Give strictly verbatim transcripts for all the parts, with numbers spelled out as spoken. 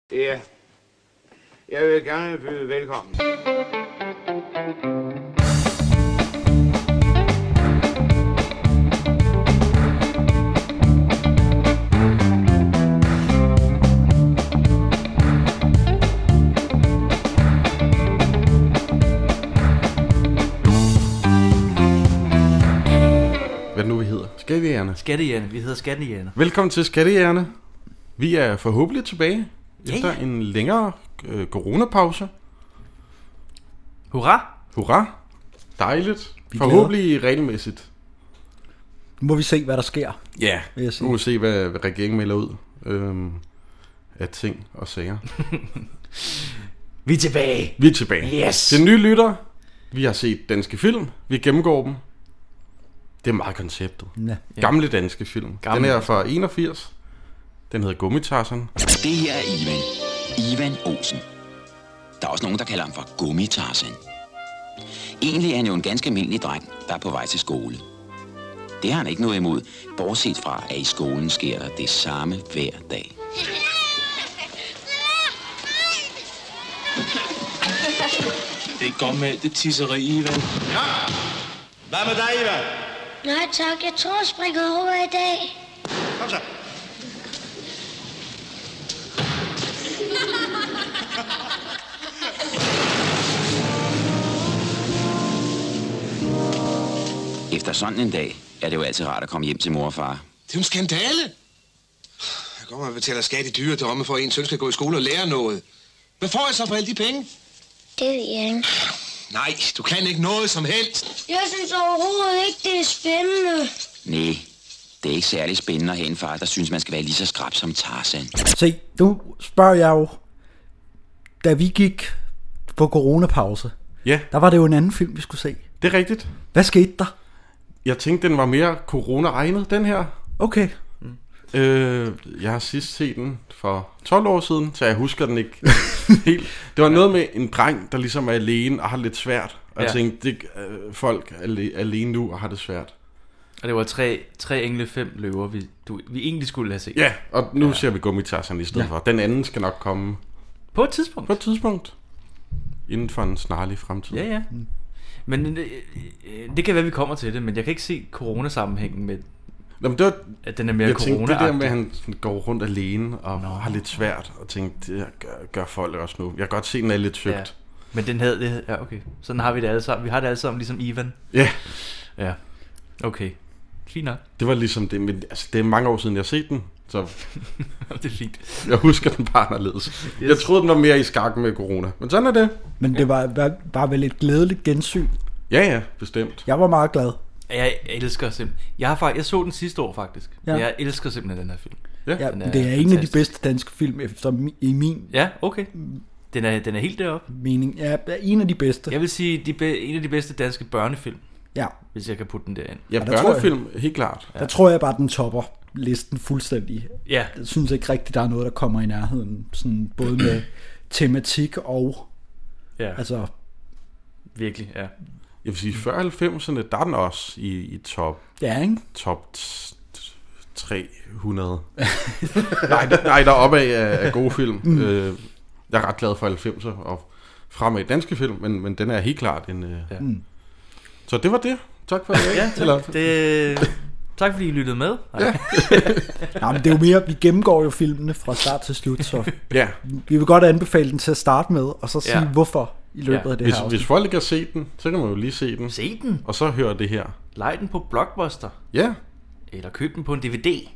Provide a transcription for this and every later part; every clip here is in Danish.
Ja, jeg vil gerne byde velkommen. Hvad nu vi hedder? Skattejægerne. Skattejægerne. Vi hedder Skattejægerne. Velkommen til Skattejægerne. Vi er forhåbentlig tilbage Ja, efter ja. en længere øh, coronapause. Hurra! Hurra! Dejligt. Vi Forhåbentlig regelmæssigt. Nu må vi se, hvad der sker. Ja, Vil jeg sige. nu må vi se, hvad hvad regeringen melder ud øhm, af ting og sager. Vi er tilbage. Vi er tilbage. Yes. Til nye lytter. Vi har set danske film. Vi gennemgår dem. Det er meget konceptet. Ja. Gamle danske film. Gamle. Den er fra enogfirs. Den hedder Gummitarsen. Det her er Ivan. Ivan Olsen. Der er også nogen, der kalder ham for Gummitarsen. Egentlig er han jo en ganske almindelig dreng, der er på vej til skole. Det har han ikke noget imod, bortset fra, at i skolen sker der det samme hver dag. Det er godt med det tisseri, Ivan. Hvad med dig, Ivan? Nej tak, jeg tror, jeg springer over i dag. Kom så. Efter sådan en dag er det jo altid rart at komme hjem til mor og far. Det er jo en skandale. Jeg kommer og betaler skat i dyre domme, for at en søn skal gå i skole og lære noget. Hvad får jeg så for alle de penge? Det ved jeg ikke. Nej, du kan ikke noget som helst. Jeg synes overhovedet ikke, det er spændende. Nej, det er ikke særlig spændende at have en far, der synes, man skal være lige så skrab som Tarzan. Se, nu spørger jeg jo, da vi gik på coronapause, Ja, der var det jo en anden film, vi skulle se. det er rigtigt. Hvad skete der? Jeg tænkte, den var mere corona-egnet, den her. Okay. Øh, jeg har sidst set den for tolv år siden, så jeg husker den ikke helt. Det var noget med en dreng, der ligesom er alene og har lidt svært. Og jeg Ja. tænkte, det, øh, folk er ale- alene nu og har det svært. Og det var tre, tre engle, fem løver, vi, du, vi egentlig skulle have set. Ja, og nu ja. ser vi Gummitarsen i stedet ja. for. Den anden skal nok komme På et tidspunkt. på et tidspunkt. Inden for en snarlig fremtid. Ja, ja. Men øh, øh, det kan være, vi kommer til det, men jeg kan ikke se coronasammenhængen med, Nå, men det var, at den er mere jeg tænkte det der med, at corona-agtig. han sådan går rundt alene og Nå. har lidt svært. Og tænkte, det gør, gør folk også nu. Jeg kan godt se, at den er lidt søgt. Ja. Men den havde det, ja okay. Sådan har vi det alle sammen. Vi har det alle sammen ligesom Ivan. Ja, Ja. Okay. Fint nok. det var ligesom det. Men altså, det er mange år siden, jeg har set den. Så Det er fint. jeg husker den bare anderledes. Yes. Jeg troede, den var mere i skak med corona. Men sådan er det. Men det var var- bare vel et glædeligt gensyn. Ja, ja, bestemt. Jeg var meget glad. Jeg elsker simpelthen. Jeg har faktisk, jeg så den sidste år faktisk. Ja. Ja. Jeg elsker simpelthen den her film. Ja. Ja, Den er det er en af de fantastisk. bedste danske film, efter mi- i min Ja, okay. Den er, den er helt deroppe. mening. Ja, en af de bedste. Jeg vil sige, de be, en af de bedste danske børnefilm, Ja, hvis jeg kan putte den derind. Ja, Og der tror jeg- børnefilm, helt klart. der tror jeg bare, den topper listen fuldstændig. Ja, Jeg synes ikke rigtigt, der er noget, der kommer i nærheden. Sådan både med tematik og ja, altså virkelig, ja. Jeg vil sige, før halvfemserne, der er den også i, i top, ja, ikke? top t- t- tre hundrede. nej, der, nej, der er oppe af, af gode film. Mm. Øh, jeg er ret glad for halvfemser og fremad danske film, men, men den er helt klart en... Øh... Ja. Mm. Så det var det. Tak for det. Ja, Eller- tak. Det, tak fordi I lyttede med. Ja. Nej, men det er jo mere, vi gennemgår jo filmene fra start til slut, så Ja, vi vil godt anbefale den til at starte med, og så sige Ja. hvorfor i løbet Ja. af det hvis, her hvis afsnit. folk ikke har set den, så kan man jo lige se den. Se den. Og så høre det her. Lej den på Blockbuster. Ja, Eller køb den på en D V D.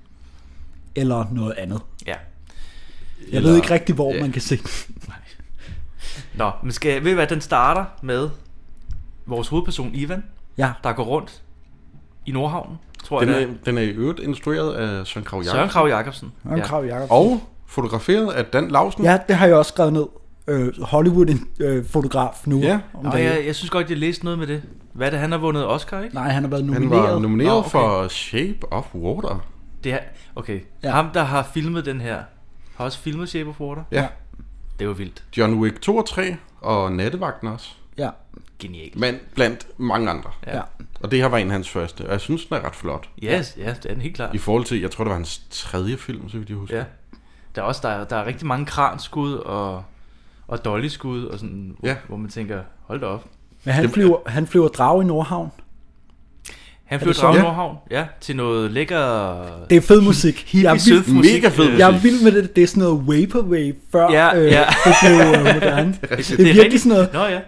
Eller noget andet. Ja. Jeg Eller- ved ikke rigtig, hvor Ja. man kan se den. Nå, men skal, ved I hvad, den starter med vores hovedperson Ivan, Ja, der går rundt i Nordhavnen, tror den jeg er, det den er i øvrigt instrueret af Søren Kragh er. Søren Jacobsen. Kragh Jacobsen. Jørgen Kragh Jacobsen. Og fotograferet af Dan Lausen. Ja, det har jeg også skrevet ned. Øh, Hollywood-fotograf nu. Ja. Om Og dagen. jeg, jeg synes godt, jeg læste noget med det. Hvad er det, han har vundet Oscar, ikke? Nej, han har været Han nomineret. var nomineret Nå, Nå, okay. for Shape of Water. Det er, okay, Ja. ja. Ham, der har filmet den her, har også filmet Shape of Water. Ja. Det var vildt. John Wick to og tre og Nattevagten også. Ja, Genialt. Men blandt mange andre. Ja. ja. Og det her var en af hans første. Og jeg synes, den er ret flot. Yes, ja, det er den helt klart. I forhold til, jeg tror, det var hans tredje film, så vidt jeg husker. Ja. der er også der er, der er rigtig mange kranskud og, og dollyskud, og sådan, ja. hvor, hvor man tænker, hold da op. Men han flyver, han flyver drage i Nordhavn. Han flyver drage i Nordhavn, ja, til noget lækker... Det er fed musik. Hippie, jeg er sød musik. Mega fed musik. Jeg er vild med det. Det er sådan noget vaporwave, før ja, øh, ja. det blev øh, moderne. Det er, det er virkelig rigtig, sådan noget... Nå ja.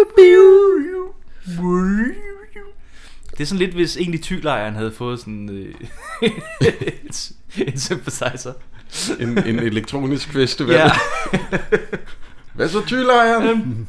Det er sådan lidt, hvis egentlig Thylejren havde fået sådan øh, en synthesizer. En, en elektronisk festival. Ja. Hvad så, Thylejren?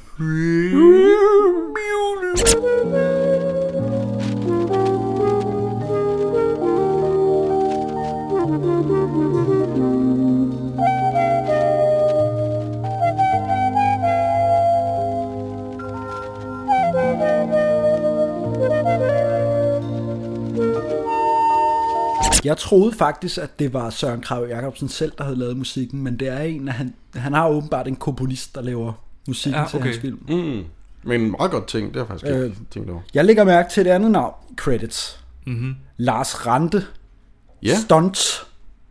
Jeg troede faktisk, at det var Søren Kragh Jacobsen selv, der havde lavet musikken, men det er en af han, han har åbenbart en komponist, der laver musikken ja, okay. til hans film. Mm. Men meget godt ting, det har faktisk øh, ikke tænkt over. Jeg lægger mærke til et andet navn, credits. Mm-hmm. Lars Rante, ja. Stunts.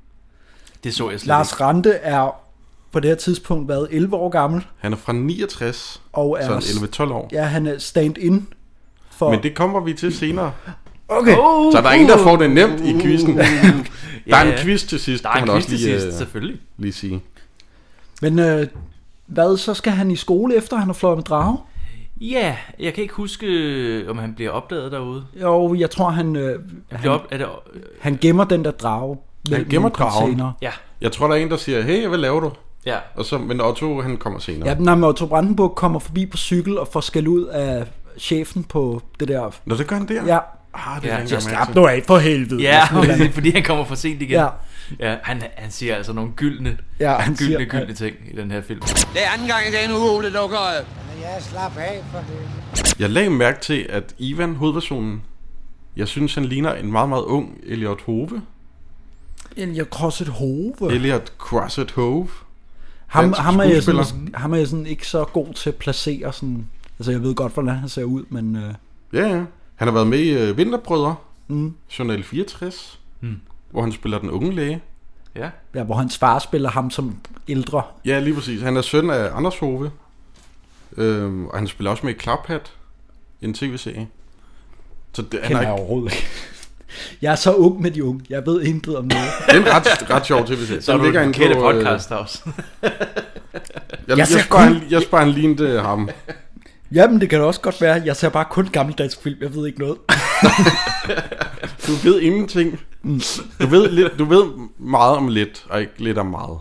Det så jeg slet Lars ikke. Rante er på det her tidspunkt været elleve år gammel. Han er fra niogtres, og er så elleve tolv år. Ja, han er stand-in for... Men det kommer vi til senere. Okay. Oh, så der er uh, ingen, der får det nemt uh, i quizzen. Der ja, er en quiz til sidst, der er en man quiz også til lige, sidst, selvfølgelig. Lige sige. Men øh, hvad, så skal han i skole efter, han har fløjet med drage? Ja, jeg kan ikke huske, om han bliver opdaget derude. Jo, jeg tror, han, øh, han, op, er det, øh, han gemmer den der drage. Han gemmer dragen. Ja. Jeg tror, der er en, der siger, hey, hvad laver du? Ja. Og så, men Otto, han kommer senere. Ja, men Otto Brandenburg kommer forbi på cykel og får skæld ud af chefen på det der... Nå, det gør han der? Ja. Ah, det ja, er så slap nu af for helvede. Ja, fordi han kommer for sent igen. Ja. Ja, han, han siger altså nogle gyldne, ja, han gyldne, siger, gyldne ting i den her film. Det er anden gang i denne uge, Ole Lukkerød. Ja, slap af for det. Jeg lagde mærke til, at Ivan, hovedpersonen, jeg synes, han ligner en meget, meget ung Elliot Hove. Elliot Crosset Hove? Elliot Crosset Hove. Ham, ham, er jeg sådan, ham er jeg sådan ikke så god til at placere sådan... Altså, jeg ved godt, hvordan han ser ud, men... Øh... Ja, ja. Han har været med i uh, Vinterbrødre, mm. Journal fireogtres, mm. hvor han spiller den unge læge. Ja. Ja, hvor hans far spiller ham som ældre. Ja, lige præcis. Han er søn af Anders Hove, øhm, og han spiller også med i Klaphat, en tv-serie. Så det, han er jeg overhovedet ikke. Jeg er så ung med de unge. Jeg ved intet om noget. Det er en ret, ret sjov tv-serie. Så er du en kæde podcast også. jeg, jeg, jeg, spørger, han, jeg spørger, han lignede ham. Jamen, det kan da også godt være. Jeg ser bare kun gammeldansk film. Jeg ved ikke noget. Du ved ingenting. Du ved, lidt, du ved meget om lidt, og ikke lidt om meget.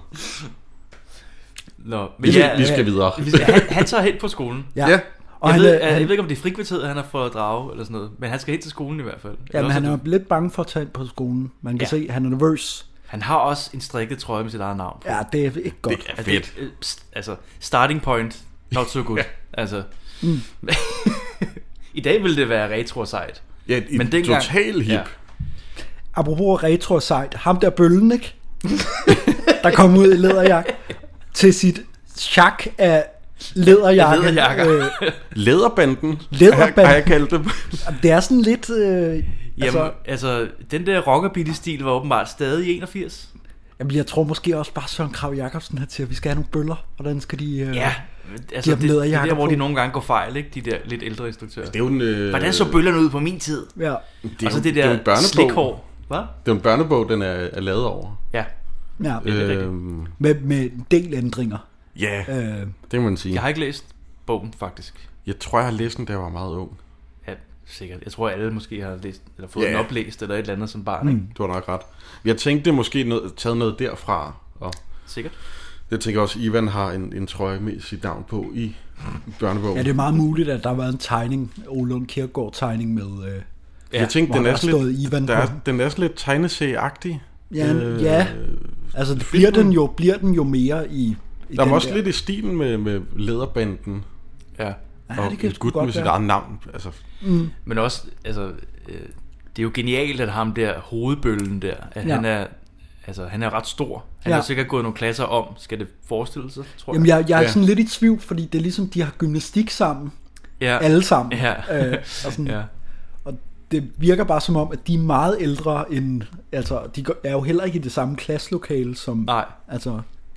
Nå, men vi, ja, vi skal videre. Han, han tager hen på skolen. Ja. ja. Og jeg, han, ved, jeg, jeg ved ikke, om det er frikvarteret, han har fået drage eller sådan noget. Men han skal hen til skolen i hvert fald. Ja, men han er lidt bange for at tage ind på skolen. Man kan ja. se, han er nervøs. Han har også en strikket trøje med sit eget navn. Ja, det er ikke godt. Det er fedt. Det, altså, starting point, not so good. Altså, mm. i dag ville det være retro sejt. Ja, men det total hip. Ja. Apropos retro sejt, ham der bøllen, ikke? Der kom ud i læderjakke til sit chak af læderjakke. Læderjakker. Øh, Læderbanden. Læderbanden. Har jeg kaldt det. Det er sådan lidt... Øh, altså, Jamen, altså, den der rockabilly-stil var åbenbart stadig i enogfirs. Jamen, jeg tror måske også bare Søren Kragh Jacobsen her til, at vi skal have nogle bøller. Hvordan skal de... Øh, ja, altså, de det, det er der, hvor de nogle gange går fejl, ikke? De der lidt ældre instruktører. Det er jo en, øh... Hvordan så bøllerne ud på min tid? Ja. Det og så det der det slikhår. Hvad? Det er en børnebog, den er, er lavet over. Ja. Ja, øhm... med, med en del ændringer. Ja, yeah, øh... det må man sige. Jeg har ikke læst bogen, faktisk. Jeg tror, jeg har læst den, da jeg var meget ung. Ja, sikkert. Jeg tror, alle måske har læst, eller fået yeah. den oplæst, eller et eller andet som barn. Mm. Du har nok ret. Jeg tænkte, det måske noget, taget noget derfra. Og sikkert. Jeg tænker også, Ivan har en, en trøje med sit navn på i børnebogen. Ja, det er meget muligt, at der har været en tegning, Ole Lund Kirkegaard-tegning med... Øh, ja. Jeg tænkte, den er, lidt, Ivan der er, den er sådan lidt tegneserieagtig. Ja, øh, ja. Altså, det bliver, den jo, bliver den jo mere i... i der er også der. lidt i stilen med, med læderbanden. Ja. Og ja, en gut med sit eget navn. Altså. Mm. Men også, altså, øh, det er jo genialt, at ham der, hovedbøllen der, at ja. han er... Altså, han er ret stor. Han ja. har sikkert gået nogle klasser om. Skal det forestille sig, tror jeg? Jamen, jeg, jeg er ja. sådan lidt i tvivl, fordi det er ligesom, de har gymnastik sammen. Ja. Alle sammen. Ja. Øh, og, sådan, ja. og det virker bare som om, at de er meget ældre end... Altså, de er jo heller ikke i det samme klasselokale som... Nej. Altså,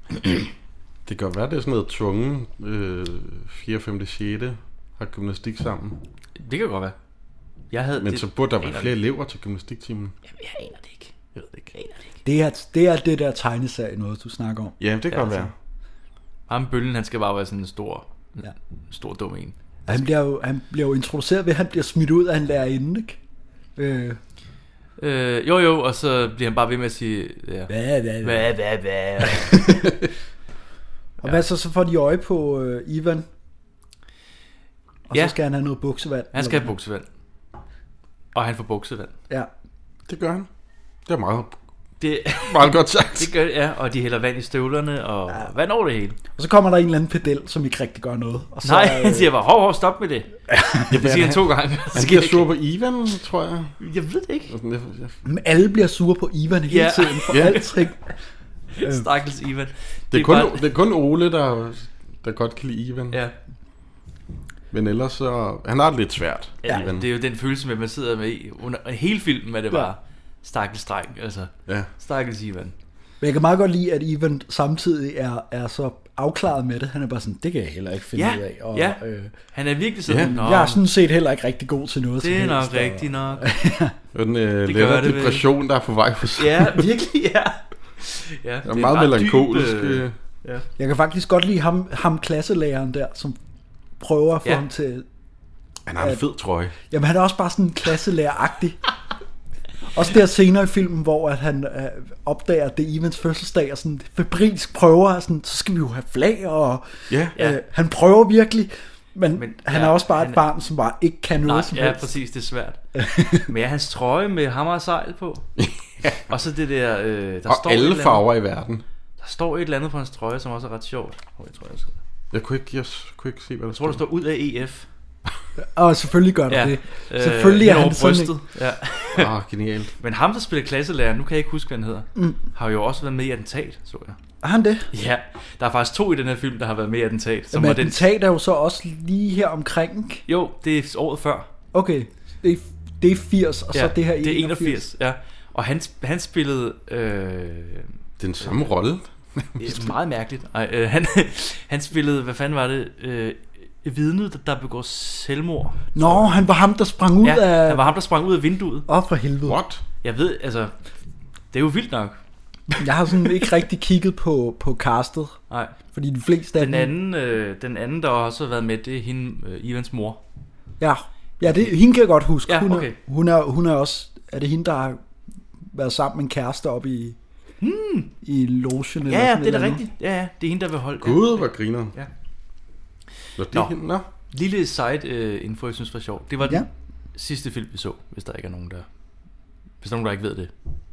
Det kan være, det er sådan noget tvunget øh, fjerde, femte, sjette har gymnastik sammen. Det kan godt være. Jeg havde Men det, så burde der være aner flere det. elever til gymnastiktimen. Jamen, jeg aner det ikke. Jeg ved det ikke. Jeg aner det ikke. Det er, det er det der tegneserie noget, du snakker om. Ja, det kan Ja, godt være. altså. Ham bøllen, han skal bare være sådan en stor, Ja. stor dum en. Han bliver, jo, han bliver jo introduceret ved, at han bliver smidt ud af en lærerinde, ikke? Øh, Øh, jo jo, og så bliver han bare ved med at sige, ja. Hvad, hvad, hvad, hvad, hvad. og hvad så, så får de øje på øh, Ivan? Og Ja. så skal han have noget buksevand. Han skal eller have buksevand. Og han får buksevand. hvad? Ja. Det gør han. Det er meget, Det, meget godt sagt. det gør ja, og de hælder vand i støvlerne, og ja. vand over det hele. Og så kommer der en eller anden pedel, som ikke rigtig gør noget. Og så, Nej, han siger bare, hov, hov, stop med det. Ja, det siger han to gange. Han bliver sur på Ivan, tror jeg. Jeg ved det ikke. Jeg, jeg, Men alle bliver sure på Ivan hele Ja. tiden for Ja. alting. Stakkels Ivan. det, er kun, bare- det er kun Ole, der, der godt kan lide Ivan. Ja. Men ellers så... Han har det lidt svært, Ja, Ivan. det er jo den følelse med, at man sidder med i under hele filmen, at det Ja. var stakkels dreng, altså. Ja. Stakkels Ivan. Men jeg kan meget godt lide, at Ivan samtidig er, er så afklaret med det. Han er bare sådan, det kan jeg heller ikke finde Ja, ud af. Og, ja. øh, Han er virkelig sådan, Ja. Nå, jeg er sådan set heller ikke rigtig god til noget. det er som nok helst, og- rigtigt nok. Den øh, Det gør lettere det vel. depression, der er på vej for sig. Ja, virkelig, ja. Ja, Det er meget ret melankolsk. dyb, øh, øh. ja. Jeg kan faktisk godt lide ham, ham klasselæreren der, som prøver at få Ja. ham til... Han har en fed trøje. Jamen han er også bare sådan klasselærer-agtig. Også der senere i filmen, hvor at han øh, opdager, at det er Ivans fødselsdag, og sådan febrilsk prøver, sådan, så skal vi jo have flag, og Ja. øh, han prøver virkelig, men, Men, men han ja, er også bare han- et barn, som bare ikke kan noget Nej, som ja, helst. præcis, det er svært. Men ja, hans trøje med hammer og sejl på. Og så det der, øh, der Og står et alle eller farver i verden. andet, der står et eller andet på hans trøje, som også er ret sjovt. Oh, jeg tror, jeg skal. Jeg kunne ikke, jeg kunne ikke se, hvad der Jeg tror, der står ud af E F. Og selvfølgelig gør der Ja, det. øh, Selvfølgelig er hen over han sådan brystet. Ja. Ah, genialt. Men ham, der spiller klasselærer, nu kan jeg ikke huske, hvad han hedder, Mm. har jo også været med i Attentat, så jeg. Er han det? Ja, der er faktisk to i den her film, der har været med i Attentat. Som Men var den... attentat er jo så også lige her omkring, ikke? Jo, det er året før. Okay, det er, det er firs, og ja, så det her det er enogfirs. Ja. Og han, han spillede... Øh, Den samme rolle. det er meget mærkeligt. Ej, øh, han, han spillede, hvad fanden var det? Øh, vidnet, der, der begår selvmord. Nå, han var ham, der sprang ud Ja, af... han var ham, der sprang ud af vinduet. Åh, for helvede. What? Jeg ved, altså... Det er jo vildt nok. Jeg har sådan ikke rigtig kigget på, på castet, Nej. fordi de fleste af Den dem... anden, øh, den anden, der også har været med, det er hende, øh, Ivans mor. Ja, ja det, hende kan jeg godt huske. Ja, hun, okay. er, hun, er, hun er også... Er det hende, der har været sammen med en kæreste op i... Hmm. I logen? eller Ja, ja, sådan det er et da eller andet? rigtigt. Ja, ja, det er hende, der vil holde. Gud, hvor griner. Ja. Nå, det Nå. er hende, nå. Lille side uh, info, jeg synes var sjovt. Det var den Ja. sidste film, vi så, hvis der ikke er nogen, der... Hvis der er nogen, der ikke ved det.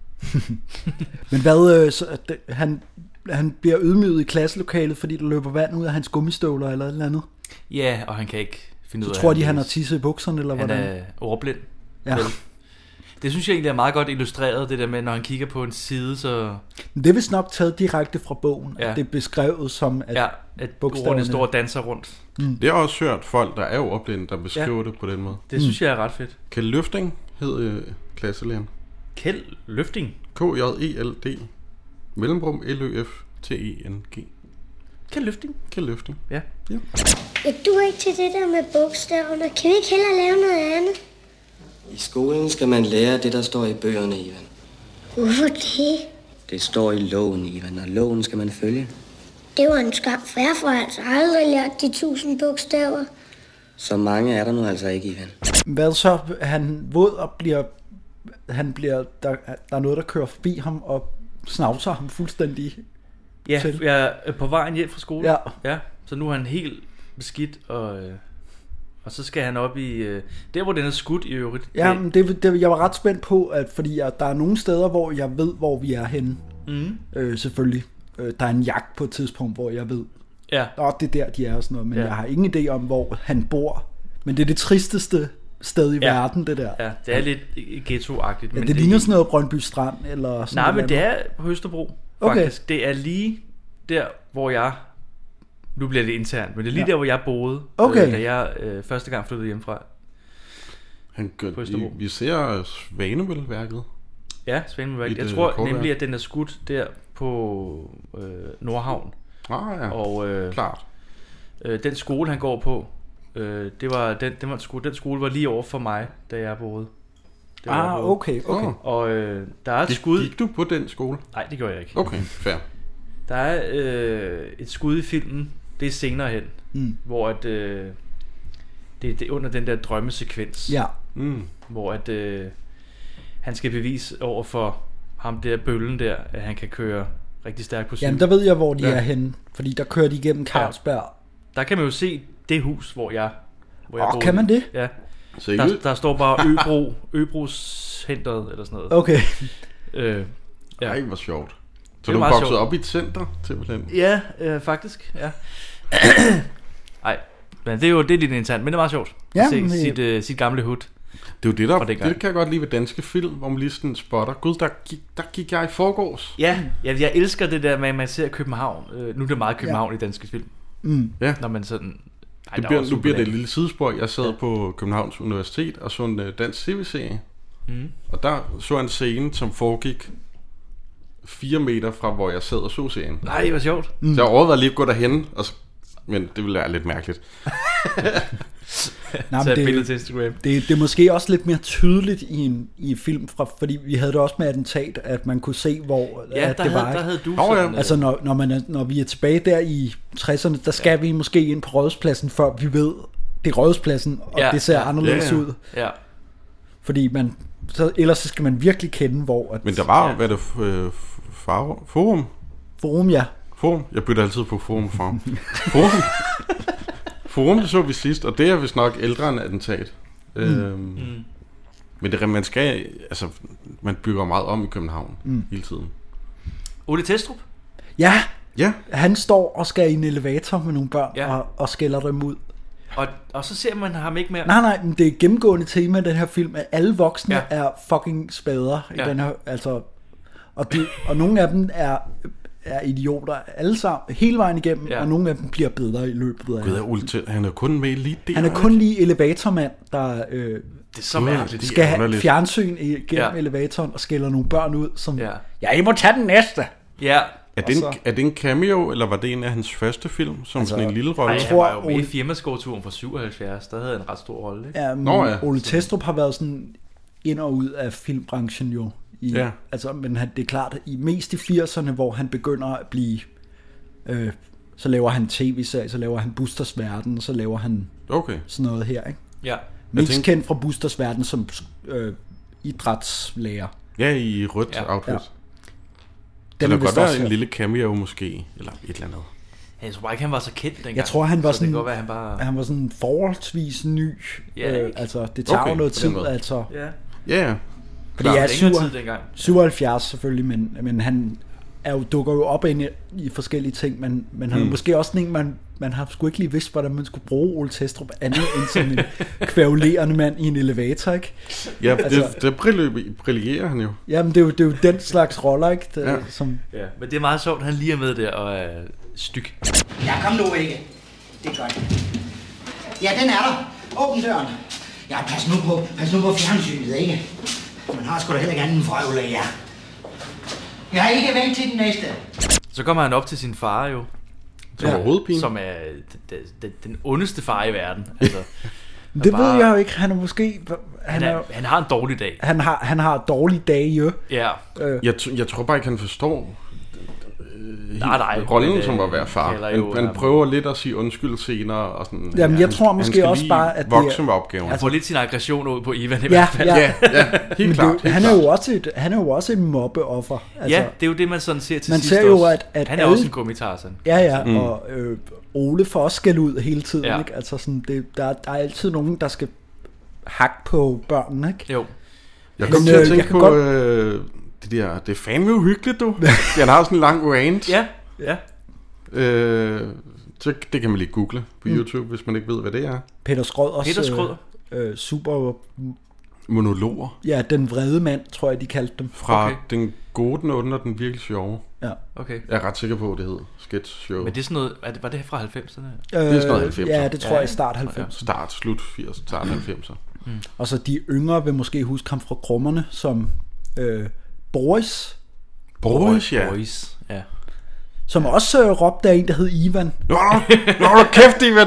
Men hvad... Øh, så, at det, han, han bliver ydmyget i klasselokalet, fordi der løber vand ud af hans gummistøvler eller et eller andet. Ja, og han kan ikke finde Så ud af... tror de, han har tisset i bukserne, eller Han hvordan? er ordblind. Ja. Vel. Det synes jeg egentlig er meget godt illustreret, det der med, når han kigger på en side, så... Men det er vist nok taget direkte fra bogen, Ja. at det er beskrevet som, at Ja, at ordene står og danser rundt. Mm. Det har jeg også hørt folk, der er ordblinde, der beskriver Ja. det på den måde. Det synes jeg er ret fedt. Kjeld Løfting hed øh, klasselæreren. Kjeld Løfting? K J E L D Mellemrum L Ø F T E N G. Kjeld Løfting? Kjeld Løfting. Ja. Ja. Jeg duer ikke til det der med bogstaverne. Kan vi ikke hellere lave noget andet? I skolen skal man lære det, der står i bøgerne, Ivan. Hvorfor det? Det står i loven, Ivan, og loven skal man følge. Det var en skam, for jeg får altså aldrig lært de tusind bogstaver. Så mange er der nu altså ikke, Ivan. Hvad så? Han våd og bliver... Han bliver der, der er noget, der kører forbi ham og snavser ham fuldstændig Ja, til. jeg er på vejen hjem fra skole. Ja. Ja, så nu er han helt beskidt, og, øh, og så skal han op i... Øh, der, hvor den er skudt i øvrigt. Ja, men det, det, jeg var ret spændt på, at fordi jeg, der er nogle steder, hvor jeg ved, hvor vi er henne. Mhm. Øh, selvfølgelig. Øh, der er en jagt på et tidspunkt, hvor jeg ved, Ja. Nå, det er der, de er og sådan noget, men Ja. jeg har ingen idé om, hvor han bor. Men det er det tristeste sted i Ja. verden, det der. Ja, det er lidt ghetto-agtigt. Ja, men det ligner sådan noget Brøndby Strand, eller sådan Nej, noget men det andet. er på Østerbro, Okay. faktisk. Det er lige der, hvor jeg... Nu bliver det internt, men det er lige Ja. der, hvor jeg boede, Okay. øh, da jeg øh, første gang flyttede hjemmefra. Han gør, På Østerbro. vi, vi ser Svanemølleværket. Ja, Svanemølleværket. I Jeg det tror kortværk. nemlig, at den er skudt der på øh, Nordhavn. Ah ja, og, øh, klart. Øh, den skole, han går på, øh, det var, den, den, var skole, den skole var lige over for mig, da jeg boede. Det var Ah, okay, okay. Og øh, der er et Gik, skud... Gik du på den skole? Nej, det gjorde jeg ikke. Okay, fair. Der er øh, et skud i filmen, det er senere hen, mm. hvor at, øh, det, det er under den der drømmesekvens, ja. mm. hvor at, øh, han skal bevise over for ham der bøllen der, at han kan køre rigtig stærkt på cykel. Jamen, der ved jeg, hvor de ja. er henne, fordi der kører de igennem Carlsberg. Ja. Der kan man jo se det hus, hvor jeg, hvor jeg oh, boede. Kan man det? Ja. Der, der står bare Øbro, Øbroscenteret eller sådan noget. Okay. øh, ja. Ej, hvor sjovt. Så det du er vokset op i et center, simpelthen? Ja, øh, faktisk, ja. Ej, men det er jo det er lidt interessant, men det er meget sjovt ja, at se det... sit, øh, sit gamle hud. Det er jo det, der, det kan jeg godt lide ved danske film, hvor man lige sådan spotter. Gud, der gik, der gik jeg i forgårs. Ja, ja, jeg elsker det der med, at man ser København. Øh, nu er det meget København ja. i danske film. Mm. Ja. Når man sådan... Ej, det bliver, nu bliver det et lille sidespor. Jeg sad ja. på Københavns Universitet og så en uh, dansk tv-serie. Mm. Og der så en scene, som foregik fire meter fra, hvor jeg sad og så serien. Nej, det var sjovt. Mm. Så jeg overvejede lige at gå derhen, og så, men det ville være lidt mærkeligt. Nej, det, billede til Instagram. Det, det er måske også lidt mere tydeligt i en i film, fra, fordi vi havde det også med attentat, at man kunne se, hvor ja, at der det havde, var. Der havde du oh, sådan, ja. Altså, når, når, man er, når vi er tilbage der i tresserne, der skal ja. vi måske ind på Rådhuspladsen, før vi ved, det er Rådhuspladsen, og ja, det ser ja, anderledes ja, ja. ud. Ja. Fordi man, så, ellers så skal man virkelig kende, hvor... At, men der var, ja. hvad er det, øh, far, forum? Forum, ja. Forum? Jeg bytter altid på forum og forum. Forum? Forum, det så vi sidst, og det er vist nok ældre end attentat. Mm. Øhm, mm. Men det, man skal, altså, man bygger meget om i København mm. hele tiden. Ole Testrup? Ja, ja, han står og skal i en elevator med nogle børn ja. og, og skælder dem ud. Og, og så ser man ham ikke mere. Nej, nej, men det er et gennemgående tema i den her film, at alle voksne ja. er fucking spader i ja. den her, altså, og, de, og nogle af dem er, er idioter alle sammen, hele vejen igennem, ja. og nogle af dem bliver bedre i løbet af. Gud, er Ole til, han er kun med lige der. Han er kun lige elevatormand, der øh, det er så mærkeligt. skal have fjernsyn gennem ja. elevatoren og skælder nogle børn ud, som, ja, ja, I må tage den næste. Ja. Er det, en, er det en cameo, eller var det en af hans første film, som altså, sådan en lille rolle? Nej, han var jo med i firmaskovturen fra syvoghalvfjerds, der havde en ret stor rolle, ikke? Ja, Nå, ja. Ole Testrup har været sådan ind og ud af filmbranchen jo. I, ja. Altså, men han, det er klart, i mest i firserne, hvor han begynder at blive, øh, så laver han tv-serie, så laver han Busters Verden, og så laver han okay. sådan noget her, ikke? Ja. Mest tænker... kendt fra Busters Verden som øh, idrætslærer. Ja, i rødt ja. outfit. Ja. Den så det kan godt være en lille cameo måske, eller et eller andet. Jeg tror bare ikke, han var så kendt dengang. Jeg tror, han var, sådan, det godt være, han, bare... han var sådan forholdsvis ny. Ja, øh, altså, det tager okay, noget tid, altså. Ja. Ja, fordi jeg er syvoghalvfjerds selvfølgelig, men, men han er jo, dukker jo op ind i, i forskellige ting, men, men han mm. er måske også en, man, man har sgu ikke lige vidst, hvordan man skulle bruge Ole Testrup andet end som en kvævlerende mand i en elevator, ikke? Ja, altså, det, det brillerer han jo. Jamen, det er jo, det er jo den slags roller, ikke? Det, ja. Som... ja, men det er meget sjovt, han lige er med der og er styg. Ja, kom nu ikke. Det er godt. Ja, den er der. Åbn døren. Ja, pas nu på, pas nu på fjernsynet, ikke? Man har sgu da heller ikke anden frøvl af jer. Jeg er ikke væk til den næste. Så kommer han op til sin far jo. Som ja. er Som er den, den, den ondeste far i verden. Altså, det bare, ved jeg jo ikke. Han er måske... Han, han, er, er, han har en dårlig dag. Han har, han har dårlige dage, jo. Ja. Øh. Jeg, jeg tror bare ikke, han forstår... Nej, nej, rollen det, som at være far. Han, han prøver lidt at sige undskyld senere og sådan. Jamen, jeg han, tror måske også bare at vokse med opgaven. Han får lidt sin aggression ud på Ivan i ja, hvert fald. Ja, ja, ja helt klart. Det, helt han er jo også et han er jo også en mobbeoffer. Altså, ja, det er jo det man sådan ser til man sidst. Ser jo, at, at han er alle, også en gummitarsen. Ja, ja, mm. og øh, Ole får også skæld ud hele tiden, ja. ikke? Altså sådan det, der, der er altid nogen der skal hakke på børnene, ikke? Jo. Jeg kom til at tænke på godt... øh, det der, det er fandme uhyggeligt, du. Han har sådan en lang rant. Ja, ja. Øh, så det kan man lige google på mm. YouTube, hvis man ikke ved, hvad det er. Peter Skrøders Peter Skrøder. Øh, super... Monologer. Ja, den vrede mand, tror jeg, de kaldte dem. Fra okay. den gode, den onde og den virkelig sjove. Ja. Okay. Jeg er ret sikker på, at det hed Sketch Show. Men det er sådan noget, var det fra halvfemserne? Øh, det er sådan noget halvfemser. Ja, det tror ja, jeg start halvfemser. Ja, start, slut firs, start halvfemser. Mm. Og så de yngre vil måske huske ham fra Krummerne, som øh, Boris. Boys, ja. Boys, ja. Som også øh, råbte af en, der hed Ivan. Nå, nå, nå kæft, Ivan!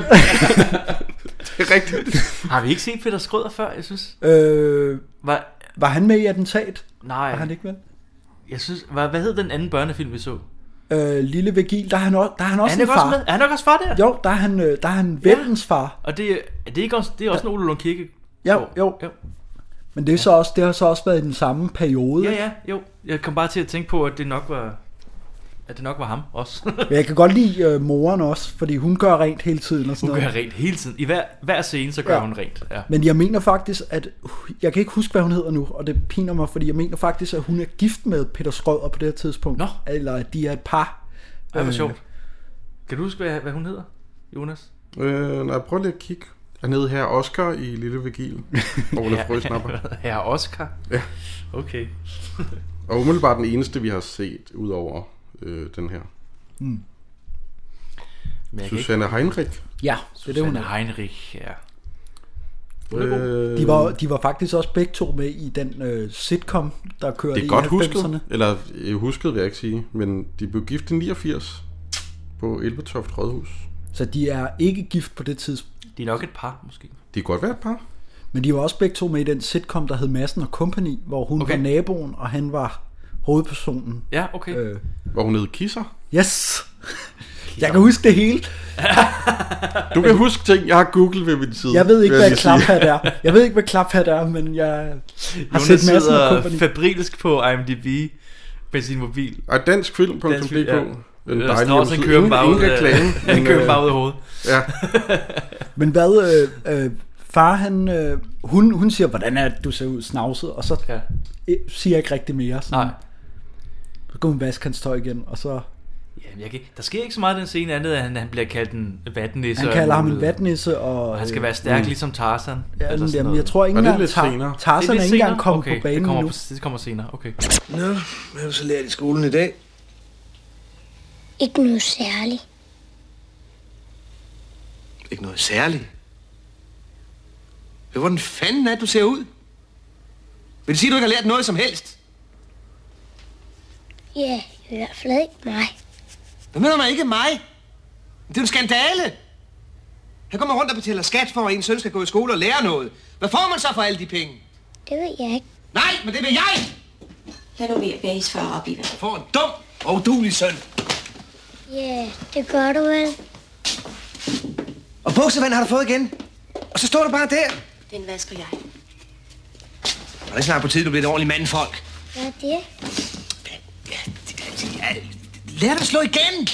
Det er rigtigt. Har vi ikke set Peter Skrøder før, jeg synes? Øh, var, var han med i Attentat? Nej. Var han ikke med? Jeg synes, hvad, hvad hed den anden børnefilm, vi så? Øh, Lille Vigil, der er han, også, der er han også er han en far. Også med? Er han nok også far der? Jo, der er han, øh, der er han ja. Vellens far. Og det, er det ikke også, det er også ja. en Ole Lund Kirke? Jo, jo, jo. Men det, er så også, det har så også været i den samme periode. Ja, ja, jo. Jeg kom bare til at tænke på, at det nok var, at det nok var ham også. Men jeg kan godt lide øh, moren også, fordi hun gør rent hele tiden. Og sådan hun gør noget. rent hele tiden. I hver, hver scene, så gør ja. hun rent. Ja. Men jeg mener faktisk, at... Jeg kan ikke huske, hvad hun hedder nu, og det piner mig, fordi jeg mener faktisk, at hun er gift med Peter Skrøder på det her tidspunkt. Nå. Eller at de er et par. Ej, hvor sjovt. Kan du huske, hvad, hvad hun hedder, Jonas? Øh, nej, prøv lige at kigge. Han hed Herre Oscar i Lille Vigil. Ole Frøsnapper. Herre Oscar? Ja. Okay. Og umiddelbart den eneste, vi har set, udover øh, den her. Mm. Susanne Heinrich. Ja, det er det, hun er. Heinrich, ja. Øh, de, var, de var faktisk også begge to med i den øh, sitcom, der kørte i det er godt halvfemserne. husket, eller jeg huskede, vil jeg ikke sige, men de blev gift i niogfirs på Elbetoft Rådhus. Så de er ikke gift på det tidspunkt. De er nok et par, måske. De kan godt være et par. Men de var også begge to med i den sitcom, der hed Madsen og Company, hvor hun okay. var naboen, og han var hovedpersonen. Ja, okay. Øh. Hvor hun hed Kisser. Yes! Jeg kan huske det hele. Du kan huske ting, jeg har googlet ved min side. Jeg ved ikke, hvad klaphat er. Jeg ved ikke, hvad klaphat er, men jeg har Jonas set Madsen og Company. Fabrilsk på I M D B med sin mobil. Og danskfilm punktum d k. Ja. Den der dejlige står også en kører bare ud af en kører bare ud af hovedet. Ja. Men hvad øh, øh, far han øh, hun hun siger, hvordan er det, du ser ud snavset, og så ja. siger jeg ikke rigtig mere. Sådan. Nej. Så går hun vaske hans tøj igen, og så ja, jeg kan, der sker ikke så meget i den scene andet, at han, han bliver kaldt en vatnisse. Han kalder ham en vatnisse, og, og han skal være stærk, mm. ligesom Tarzan. Ja, jamen, jamen, jeg tror ikke engang, at Tar- Tarzan er ikke engang kommet okay, på banen det kommer, nu. Det kommer senere, okay. Nå, hvad har du så lært i skolen i dag? Ikke noget særligt. Ikke noget særligt? Hvordan fanden er du ser ud? Vil det sige, at du ikke har lært noget som helst? Ja, i hvert fald ikke mig. Hvad mener man ikke mig? Det er en skandale. Han kommer rundt og betaler skat for, at en søn skal gå i skole og lære noget. Hvad får man så for alle de penge? Det ved jeg ikke. Nej, men det vil jeg! Lad nu være bæs far op i hvad. For en dum og uduelig søn. Ja, det gør du vel. Og buksevand har du fået igen. Og så står du bare der. Den vasker jeg. Og det er snart på tide, du bliver et ordentligt mandfolk. Hvad er det? Ja, lær dig at slå igen.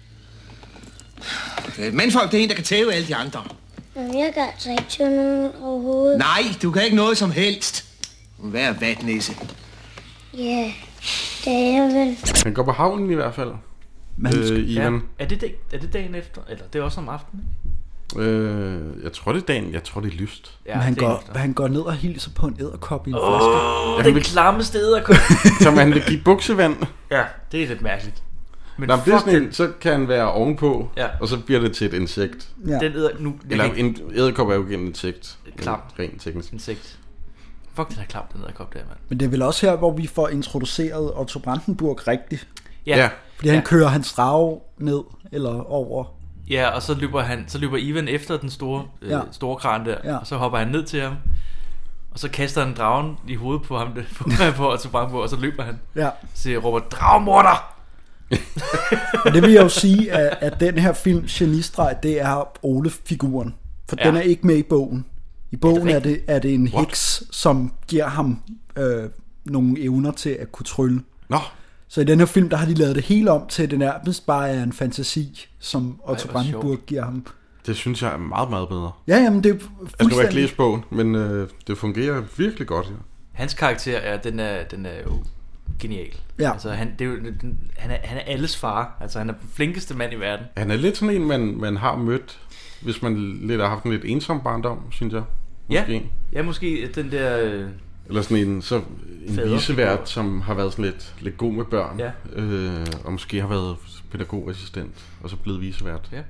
Mandfolk, det er en, der kan tæve alle de andre. Jamen, jeg kan altså ikke tæve nogen overhovedet. Nej, du kan ikke noget som helst. Vær vatnisse. Ja, det er jeg vel. Han går på havnen i hvert fald. Øh, Ivan. Ja. Er, det, er det dagen efter? Eller det er også om aftenen, ikke? Øh, jeg tror det er dagen. Jeg tror det er lyst. Ja, han, går, han går ned og hilser på en edderkop i en oh, flaske. Ja, den vil... klammeste edderkop. Som han vil give buksevand. Ja, det er lidt mærkeligt. Men Nå, det er sådan en, så kan han være ovenpå, ja. Og så bliver det til et insekt. Ja. Den æder, nu, Eller en edderkop er jo ikke en insekt. Klam. Rent teknisk. Insekt. Fuck, den er klam, den edderkop der, mand. Men det er vel også her, hvor vi får introduceret Otto Brandenburg rigtigt. Ja. ja. Fordi han ja. kører hans drage ned, eller over. Ja, og så løber han, så løber Ivan efter den store, ja. øh, store kran der, ja. Og så hopper han ned til ham. Og så kaster han dragen i hovedet på ham, på, på Otto Brandenburg, og så løber han. Ja. Så råber, dragmorder! Og det vil jeg jo sige, at, at den her film, Genistreg, det er Ole-figuren. For ja. Den er ikke med i bogen. I bogen er det, er det, er det en What? heks, som giver ham øh, nogle evner til at kunne trylle. Nå. Så i den her film, der har de lavet det hele om til, at det nærmest bare er en fantasi, som Otto Brandenburg giver ham. Det synes jeg er meget, meget bedre. Ja, jamen det er fuldstændig... Jeg skal ikke læse bogen, men øh, det fungerer virkelig godt. Ja. Hans karakter er, den er, den er jo genial. Ja. Altså, han, det er jo, den, han, er, han er alles far. Altså, han er den flinkeste mand i verden. Han er lidt sådan en, man, man har mødt, hvis man lidt har haft en lidt ensom barndom, synes jeg. Måske. Ja, ja, måske den der... Øh... Eller sådan en, så en visevært, som har været sådan lidt, lidt god med børn. Ja. Øh, og måske har været pædagogassistent, og så blevet visevært. Ja.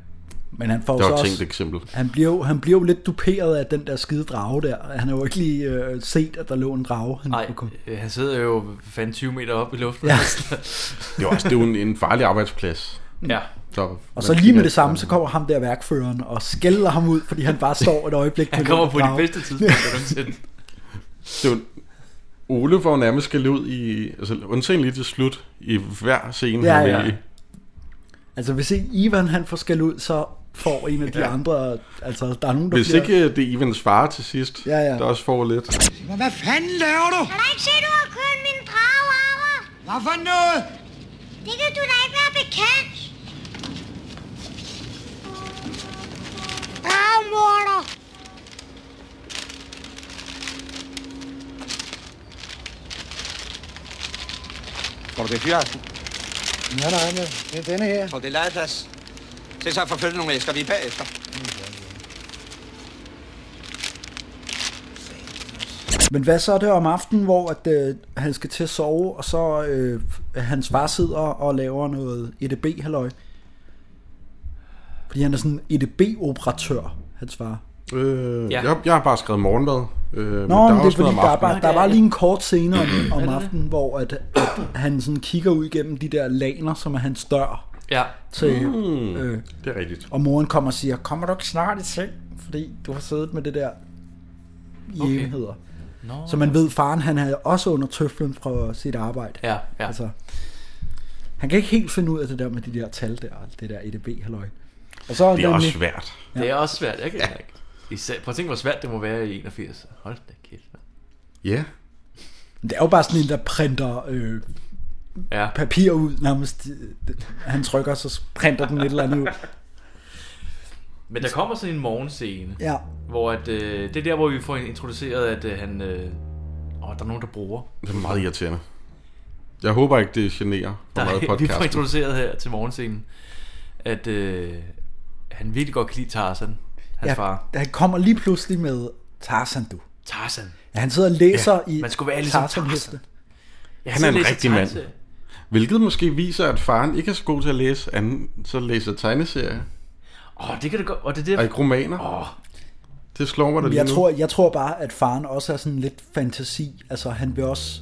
Men han får det var så et også, tænkt eksempel. Han bliver, jo, han bliver jo lidt duperet af den der skide drage der. Han har jo ikke lige øh, set, at der lå en drage. Han, Nej, han sidder jo fandt tyve meter op i luften. Ja. Det er også det er jo en, en farlig arbejdsplads. Ja. Så, og så lige med det samme, så kommer ham der værkføreren og skælder ham ud, fordi han bare står et øjeblik. Han kommer på de bedste tidspunkter. Det er jo Ole får nærmest skældt ud i, altså undtagen lige til slut, i hver scene. Ja, han ja. i. Altså hvis ikke Ivan han får skældt ud, så får en af de ja. andre, altså der er nogen, der Hvis bliver... ikke det er Ivans far til sidst, ja, ja. der også får lidt. Men hvad fanden laver du? Kan du ikke se, du har kørt min drage over? Hvad for noget? Det kan du da ikke være bekendt. Dragmorder! Tror du, det er fyraften? Nej, nej, men det er denne her. Tror det er legeplads? Se så for følge nogle æsker, vi er bagefter. Men hvad så er det om aftenen, hvor at, øh, han skal til at sove, og så øh, hans far sidder og laver noget E D B-halløj? Fordi han er sådan en E D B-operatør, hans far. Øh, ja. jeg, jeg har bare skrevet morgenmad. Øh, Nå, men der er det er fordi, der er, bare, der er bare lige en kort scene om, om det aftenen, hvor at, at han sådan kigger ud gennem de der laner, som er hans dør. Ja. Til, mm, øh, det er rigtigt. Og moren kommer og siger, kommer du ikke snart i seng? Fordi du har siddet med det der i okay. evigheder. No. Så man ved, faren han havde også under tøflen fra sit arbejde. Ja, ja. Altså, han kan ikke helt finde ud af det der med de der tal der, det der E D B-halløj. Og så er det er også svært. Ja. Det er også svært, jeg kan ja. ikke. Især, prøv at tænke, hvor svært det må være i enogfirs. Hold da kæft. Ja. Yeah. Det er jo bare sådan en, der printer øh, ja. papir ud nærmest. Han trykker, så printer den et eller andet ud. Men der kommer sådan en morgenscene, ja. hvor at, øh, det er der, hvor vi får introduceret, at øh, han, øh, åh, der er nogen, der bruger. Det er meget irriterende. Jeg håber ikke, det generer for meget podcasten. Vi får introduceret her til morgenscenen, at øh, han virkelig godt kan lide Tarzan, hans ja, far. Han kommer lige pludselig med Tarzan, du. Tarzan. Ja, han sidder og læser ja, i man skulle være ligesom Tarzan. Ja, han er en rigtig mand. Hvilket måske viser, at faren ikke er så god til at læse, han så læser tegneserier. Åh, oh, det kan det godt. Og det er det. Og ikke romaner. Oh. Det slår mig da lige jeg nu. tror, jeg tror bare, at faren også er sådan lidt fantasi. Altså, han vil også...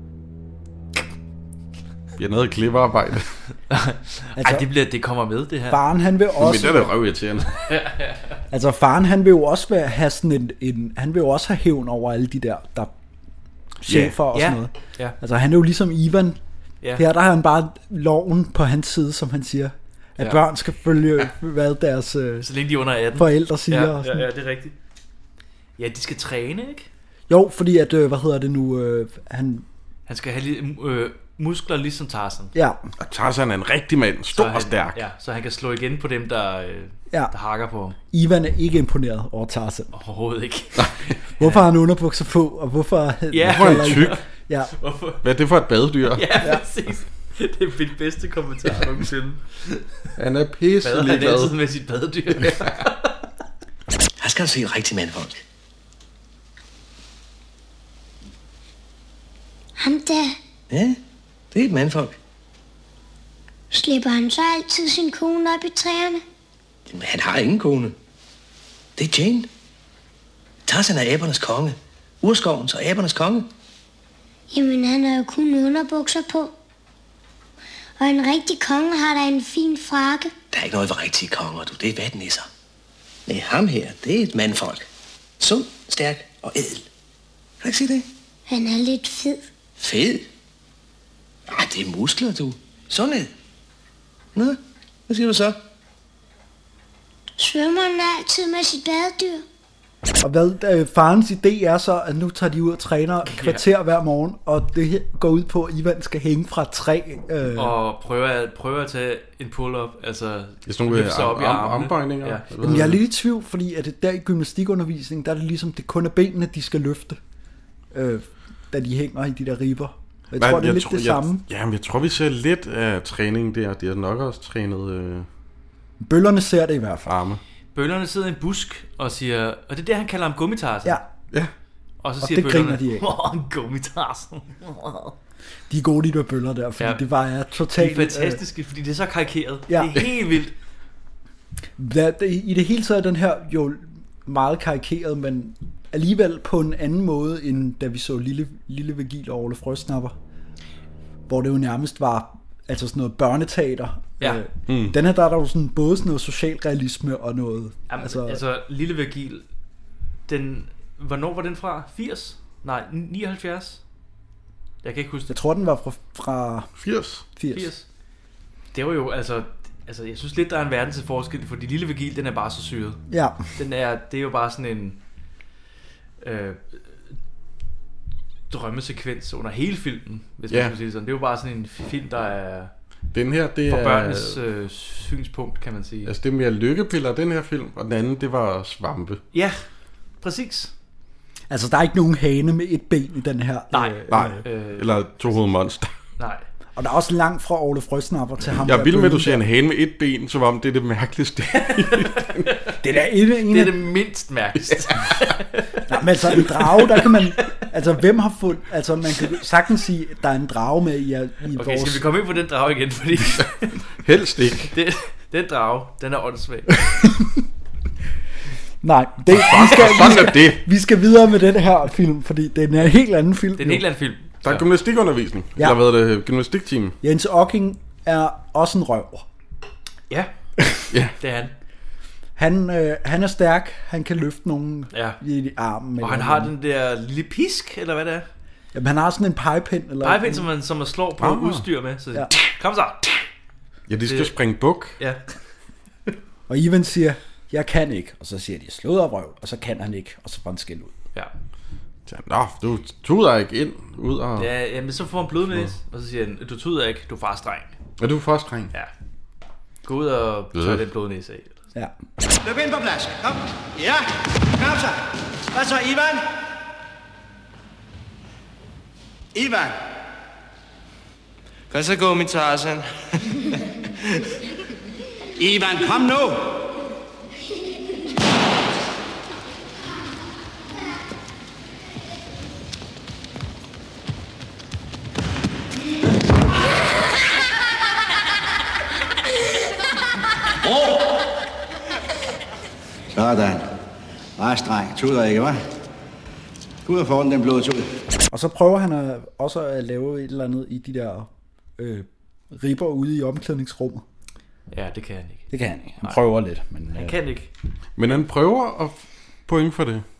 Vi har noget klipperarbejde. altså, Ej, det, bliver, det kommer med, det her. Faren, han vil også... Men det er da røvirriterende. altså, faren, han vil jo også være, have sådan en, en... Han vil jo også have hævn over alle de der, der chefer yeah. og sådan noget. Yeah. Altså, han er jo ligesom Ivan. Yeah. Her, der har han bare loven på hans side, som han siger. At ja. børn skal følge, hvad deres så længe de er under atten. forældre siger. Ja, og sådan. ja, ja, det er rigtigt. Ja, de skal træne, ikke? Jo, fordi at, hvad hedder det nu, øh, han... Han skal have øh, muskler ligesom Tarzan. Ja. Og Tarzan er en rigtig mand, stor han, og stærk. Ja, så han kan slå igen på dem, der, øh, ja. der hakker på ham. Ivan er ikke imponeret over Tarzan. Overhovedet ikke. Hvorfor har han underbukser på, og hvorfor... Ja, hvorfor er han tyk? Ja. Hvad er det for et badedyr? Ja, præcis. Det er mit bedste kommentar nogensinde. Han er pisselig glad. Han er altid med sit badedyr. Her skal du se en rigtig mandfolk. Ham der. Ja, det er et mandfolk. Slipper han så altid sin kone op i træerne? Jamen, han har ingen kone. Det er Jane. Tarzan er abernes konge. Urskovens og abernes konge. Jamen, han har jo kun underbukser på. Og en rigtig konge har da en fin frakke. Der er ikke noget ved rigtige konger, du. Det er vatnisser. Nej, ham her, det er et mandfolk. Sund, stærk og ædel. Kan du ikke se det? Han er lidt fed. Fed? Ah, det er muskler, du. Sundhed. Nå, hvad siger du så? Svømmer han altid med sit badedyr? Og hvad øh, farens idé er så, at nu tager de ud og træner kvarter ja. hver morgen, og det går ud på, at Ivan skal hænge fra træ. Øh. Og prøve at, prøve at tage en pull-up, altså løfte sig op i armene. Armbøjninger. Ja. Men jeg er lidt i tvivl, fordi at der i gymnastikundervisning, der er det ligesom, det kun er benene, de skal løfte, øh, da de hænger i de der ribber. Jeg men, tror, det er lidt tror, det jeg, samme. Ja, men jeg tror, vi ser lidt af træningen der. De har nok også trænet... Øh... Bøllerne ser det i hvert fald. Arme. Bøllerne sidder i en busk og siger... Og det er det, han kalder ham gummitarsen. Ja. Ja. Og så og siger det bøllerne... griner de af. Åh, en gummitarsen. De er gode, de der bøller der, fordi ja. det var er totalt... De er fantastiske, øh... fordi det er så karikeret. Ja. Det er helt vildt. I det hele taget er den her jo meget karikeret, men alligevel på en anden måde, end da vi så Lille, Lille Virgil og Ole Frøsnapper, hvor det jo nærmest var altså sådan noget børneteater. Ja. Øh, mm. Den her, der er der jo sådan både sådan noget socialrealisme og noget... Jamen, altså, altså Lille Virgil, den, hvornår var den fra? firs? Nej, nioghalvfjerds? Jeg kan ikke huske det. Jeg tror, den var fra... fra firs. firs. firs. Det var jo altså... Altså, jeg synes lidt, der er en verden til forskel, fordi Lille Virgil, den er bare så syret. Ja. Den er, det er jo bare sådan en øh, drømmesekvens under hele filmen, hvis man ja. skal sige sådan. Det er jo bare sådan en film, der er den her, det for er børnenes øh, synspunkt, kan man sige. Altså, det er mere lykkepiller, den her film, og den anden, det var svampe. Ja, præcis. Altså, der er ikke nogen hane med et ben i den her. Nej. Øh, Nej, øh, eller to hovedmonster. Nej. Og der er også langt fra Ole Frøsnapper til ham. Jeg er vild med, at du siger en hane med et ben, som om det er det mærkeligste. Det er, en, en, det, er det mindst mærkeligste. Nej, men altså en drage, der kan man... Altså, hvem har fået... Altså, man kan sagtens sige, at der er en drage med i, i okay, vores... Okay, skal vi komme ind på den drage igen, fordi... Helst ikke. Den, den drage, den er åndssvag. Nej, det, vi, skal, vi, skal, det. vi skal videre med den her film, fordi det er en helt anden film. Det er en helt anden film. Der er gymnastikundervisning. Ja. Eller hvad er det? Gymnastikteam. Jens Ocking er også en røv. Ja, ja. Det er han. Han, øh, han er stærk, han kan løfte nogen ja. i armen. Og han har den der lille pisk, eller hvad det er? Jamen, han har sådan en pegepind. Eller pegepind, som man, som man slår på ah. udstyr med. Så ja. Kom så! Ja, de skal det... springe buk. Ja. Og Ivan siger, jeg kan ikke. Og så siger de, slået af røv. Og så kan han ikke. Og så får han skæld ud. Ja. Nå, du tuder ikke ind, ud og... Ja, jamen så får han blodnæs, og så siger han, du tuder ikke, du er far streng. Er du far streng? Ja. Gå ud og tør den blodnæs af. Ja. Løb ind på plads, kom. Ja, kom så. Hvad så, Ivan? Ivan. Hvad så, Gummi Tarzan? Ivan, kom nu. Sådan. Bare streng. Tuder ikke, hva'? Gå ud og få den, den blod tud. Og så prøver han at, også at lave et eller andet i de der øh, ribber ude i omklædningsrummet. Ja, det kan han ikke. Det kan han ikke. Han Nej. prøver lidt. Men, han øh, kan ikke. Men han prøver at point for det.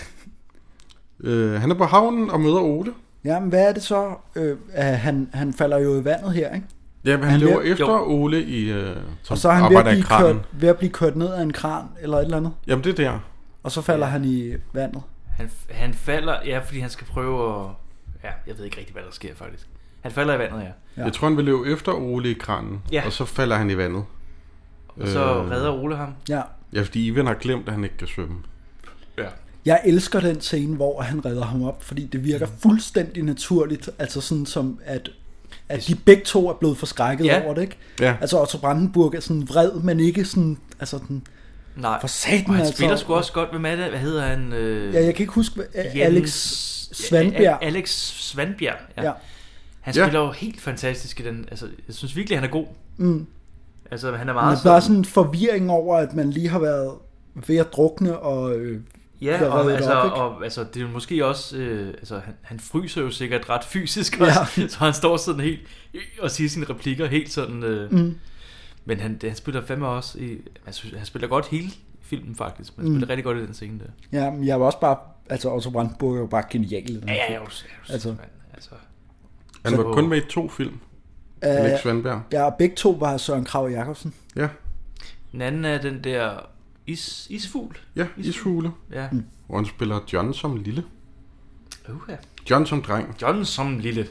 øh, han er på havnen og møder Ole. Ja, men hvad er det så? Øh, han, han falder jo i vandet her, ikke? Ja, men han, han lever ved, efter jo. Ole i øh, og så er han ved at, blive kørt, ved at blive kørt ned af en kran eller et eller andet. Jamen det er der. Og så falder ja. han i vandet. Han, han falder, ja, fordi han skal prøve at... Ja, jeg ved ikke rigtig, hvad der sker faktisk. Han falder i vandet, ja. ja. Jeg tror, han vil løbe efter Ole i kranen, ja. og så falder han i vandet. Og så øh, redder Ole ham. Ja. Ja, fordi Ivan har glemt, at han ikke kan svømme. Ja. Jeg elsker den scene, hvor han redder ham op, fordi det virker fuldstændig naturligt. Altså sådan som, at, at de begge to er blevet forskrækket ja. over det, ikke? Ja. Altså Otto Brandenburg er sådan vred, men ikke sådan... Altså den, nej, for satan, og han altså, spiller sgu også godt. Hvem er det? Hvad hedder han? Øh, ja, jeg kan ikke huske. Jens, Alex Svanbjerg. Alex Svanbjerg, ja. ja. Han spiller ja. jo helt fantastisk i den. Altså, jeg synes virkelig, han er god. Mm. Altså, han er meget... Men der er sådan en forvirring over, at man lige har været ved at drukne og... Øh, ja, og, altså, op, og altså, det er måske også... Øh, altså, han, han fryser jo sikkert ret fysisk også, ja. Så han står sådan helt og siger sine replikker helt sådan... Øh, mm. Men han, han spiller fandme også i... Altså, han spiller godt hele filmen faktisk, men han spiller mm. rigtig godt i den scene der. Ja, men jeg var også bare... Altså, Otto Brandenburg er jo bare genial i den ja, ja, film. Ja, ja, altså, altså, han var kun med i to film. Uh, Alex Svanbjerg. Ja, og begge to var Søren Kragh Jacobsen. Ja. Den anden er den der is, isfugl. Ja, isfugle. Ja. Mm. Hvor han spiller John som lille. Uh, ja. John som dreng. John som lille.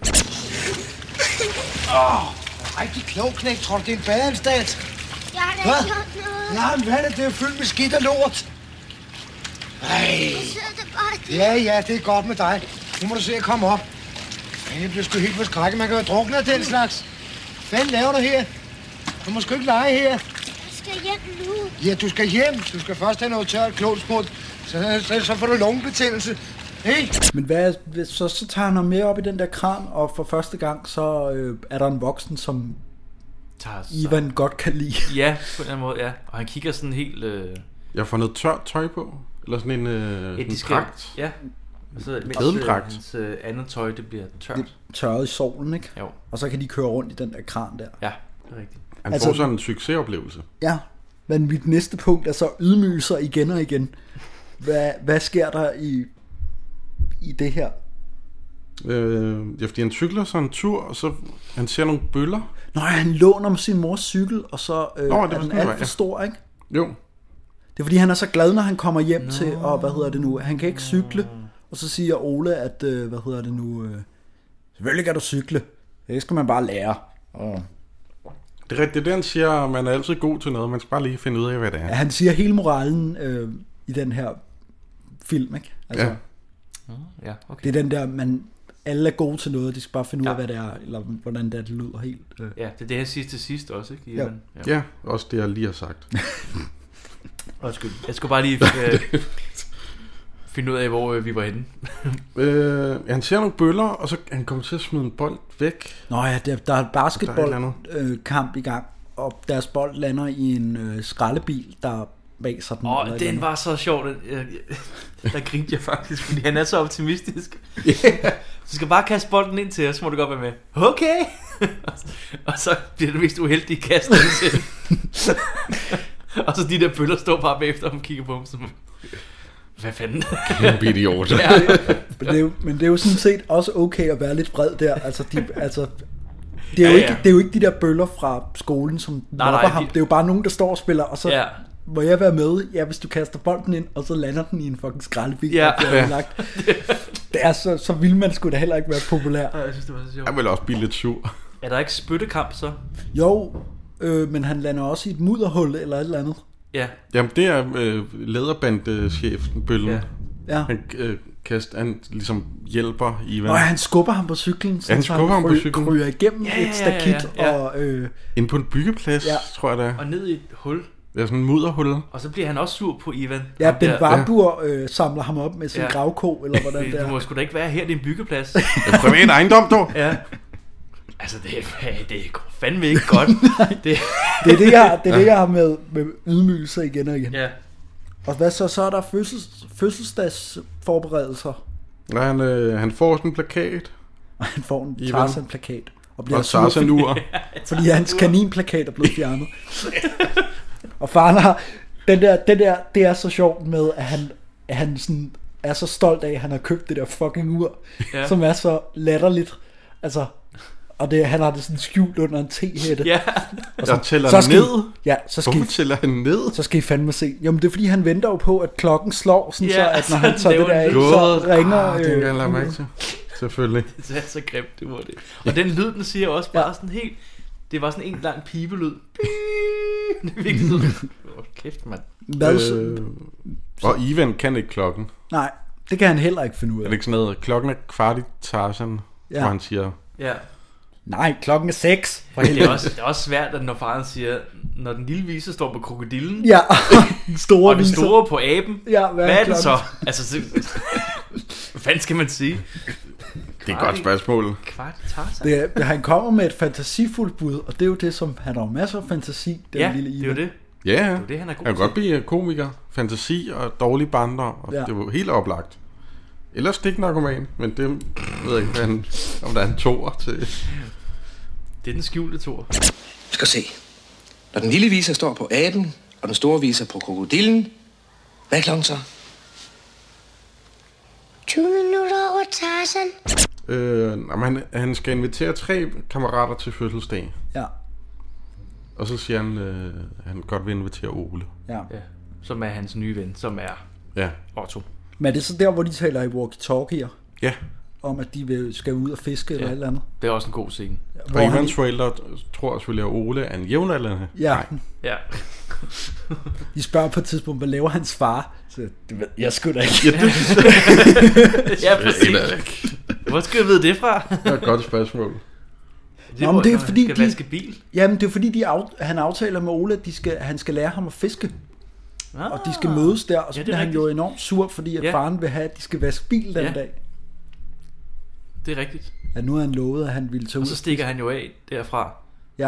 Åh, oh, rigtig klog knæk. Tror du, det er en badeanstalt? Jeg har da ikke gjort noget. Nej, men vandet, det er fyldt med skidt og lort. Ej. Ja, ja, det er godt med dig. Nu må du se at komme op. Jeg bliver sgu helt forskrækket. Man kan jo drukne af den slags. Hvad laver du her? Du må sgu ikke lege her. Jeg skal hjem nu. Ja, du skal hjem. Du skal først have noget tørt klodsprudt. Så, så, så får du lungebetændelse. Hey. Men hvad, så, så tager han med op i den der kran, og for første gang, så øh, er der en voksen, som Tarzan. Ivan godt kan lide. Ja, på den måde, ja. Og han kigger sådan helt... Øh... Jeg får noget tørt tøj på. Eller sådan en, øh, en dragt. Ja. Og så mens Kedeldragt. hans øh, andet tøj, det bliver tørt. Det tørret i solen, ikke? Jo. Og så kan de køre rundt i den der kran der. Ja, det er rigtigt. Han Altså- får sådan en succesoplevelse. Ja, men mit næste punkt er så ydmygelser igen og igen. Hvad, hvad sker der i, i det her? Øh, ja, fordi han cykler så en tur, og så han ser nogle bøller. Nå, han låner om sin mors cykel, og så øh, Nå, Nå, det er var den sådan, alt det for var, stor, ikke? Jo. Det er fordi, han er så glad, når han kommer hjem Nå. til, og hvad hedder det nu, han kan ikke cykle. Og så siger Ole, at, øh, hvad hedder det nu, øh, selvfølgelig kan du cykle. Det skal man bare lære. Og... Det er rigtigt, det er det, han siger, man er altid god til noget, man skal bare lige finde ud af, hvad det er. Ja, han siger hele moralen øh, i den her film, ikke? Altså, Ja. Ja, okay. Det er den der, man alle er gode til noget, de skal bare finde ud af, Ja. hvad det er, eller hvordan det, er, det lyder helt. Øh. Ja, det er det, jeg siger til sidst også, ikke? Ja. Ivan? Ja, også det, jeg lige har sagt. Undskyld, jeg skulle bare lige øh, finde ud af, hvor øh, vi var henne. øh, han ser nogle bøller, og så han kommer til at smide en bold væk. Nå ja, der, der er et Der er et eller andet. basketballkamp i gang, og deres bold lander i en øh, skraldebil, der baser den. Åh, eller oh, et eller den andet. var så sjov. Den, jeg, der grinte jeg faktisk, fordi han er så optimistisk. Yeah. Du skal bare kaste bolden ind til os, så må du godt være med. Okay! Og så bliver det mest uheldige kast til. Og så de der bøller står bare bagefter og kigger på ham som... Hvad fanden? Kæmpe idiot. Ja. men, det er jo, men det er jo sådan set også okay at være lidt vred der. Altså, de, altså det, er jo Ja, ikke, ja. det er jo ikke de der bøller fra skolen, som Nej, mobber nej, ham. de- Det er jo bare nogen, der står og spiller, og så Ja. må jeg være med. Ja, hvis du kaster bolden ind, og så lander den i en fucking skraldebil. Ja. der bliver Ja. ødelagt. Det er så, så vil man sgu da heller ikke være populær. Ej, jeg synes, det var så sjovt. Jeg vil også blive lidt sur. Er der ikke spyttekamp så? Jo, øh, men han lander også i et mudderhul eller et eller andet. Ja. Jamen, det er øh, lederbandechefen, bøllen. Ja. Ja. Han, øh, kast, han ligesom hjælper Ivan. Nå, han skubber ham på cyklen, Ja, han så skubber ham på ry- cyklen. kryger igennem Ja, ja, et stakit. ja, ja. Og, øh, Inde på en byggeplads, Ja. tror jeg det er. Og ned i et hul. Det er sådan en mudderhul. Og så bliver han også sur på Ivan. ja, Ham Ben der. Warburg øh, samler ham op med sin Ja. gravko, eller hvordan det Du er. må sgu da ikke være her, det er en byggeplads. Det er privat ejendom, du. Ja. Altså, det er, det går fandme ikke godt. det, Det er det, jeg, det, er det, jeg har med, med ydmygelser igen og igen. ja. Og hvad så? Så er der fødsels, fødselsdagsforberedelser. Nej, han, øh, han får sådan en plakat. Og han får en Ivan. Tarzan-plakat. Og bliver Og sur, Tarzan-ur. fordi hans kaninplakat er blevet fjernet. Og faren har... Den der, den der, det er så sjovt med, at han, at han sådan er så stolt af, at han har købt det der fucking ur, Ja. som er så latterligt. Altså... Og det, han har det sådan skjult under en tehætte. Ja. Og så, Jeg tæller så skal ned. I, ja, så skal, Hvorfor I, tæller han ned? så skal I fandme se. Jo, men det er fordi, han venter jo på, at klokken slår, sådan Ja, så at når han så tager det laver der af, en så lyd. ringer... Ah, det kan jeg øh, lade mærke til. Selvfølgelig. Det er så grimt, det var det. Og den lyd, den siger også bare sådan helt... Det var sådan en lang pibelyd. Det er virkelig sådan... Åh, kæft, mand. Hvad så? Øh, og Ivan kan ikke klokken. Nej, det kan han heller ikke finde ud Er af. det ikke sådan noget? Klokken er kvart i Tarzan, Ja. hvor han siger... Ja. Nej, klokken er seks. For Det er, helvede. også, det er også svært, at når faren siger, når den lille vise står på krokodillen, Ja, den store og den viser. store på aben, Ja, hvad, hvad er er den så? klokken? Altså, så, hvad fanden skal man sige? Det er et godt spørgsmål. Kvart i Tarzan. Det er, han kommer med et fantasifuldt bud, og det er jo det, som han har jo masser af fantasi, den Ja, lille det er jo Ivan. det. Ja, Det er ja. jo det, han er god Han kan til. godt blive komiker, fantasi og dårlig barndom, og Ja. det var helt oplagt. Eller stiknarkoman, men det ved jeg ikke, hvad han, om der er en toer til. Det er den skjulte tor. Du skal se. Når den lille viser står på aben, og den store viser på krokodillen, hvad er klokken så? tyve minutter over Tarzan. Øh, jamen, han, han skal invitere tre kammerater til fødselsdag, Ja, og så siger han, øh, han godt vil invitere Ole. ja. Ja, som er hans nye ven, som er Ja, Otto. Men er det så der, hvor de taler i walkie-talkier, ja. om at de vil, skal ud og fiske eller Ja. et eller andet? Det er også en god scene. Og Hvor han- Ivans forældre tror selvfølgelig, at Ole er en jævnaldrende. Ja, Nej. Ja. de spørger på et tidspunkt, hvad laver hans far? Så det ved jeg sgu da ikke. Ja, det Ja, er præcis. Hvor skal jeg vide det fra? det er et godt spørgsmål. Det, Nå, men det er når fordi, han skal de- vaske bil. Jamen, det er fordi, de af, han aftaler med Ole, at de skal, han skal lære ham at fiske. Ah, Og de skal mødes der, og så ja, det er bliver han rigtigt. jo enormt sur, fordi at Ja. faren vil have, at de skal vaske bil den Ja. dag. Det er rigtigt. At nu har han lovet, at han ville tage ud. Og så stikker han jo af derfra. Ja,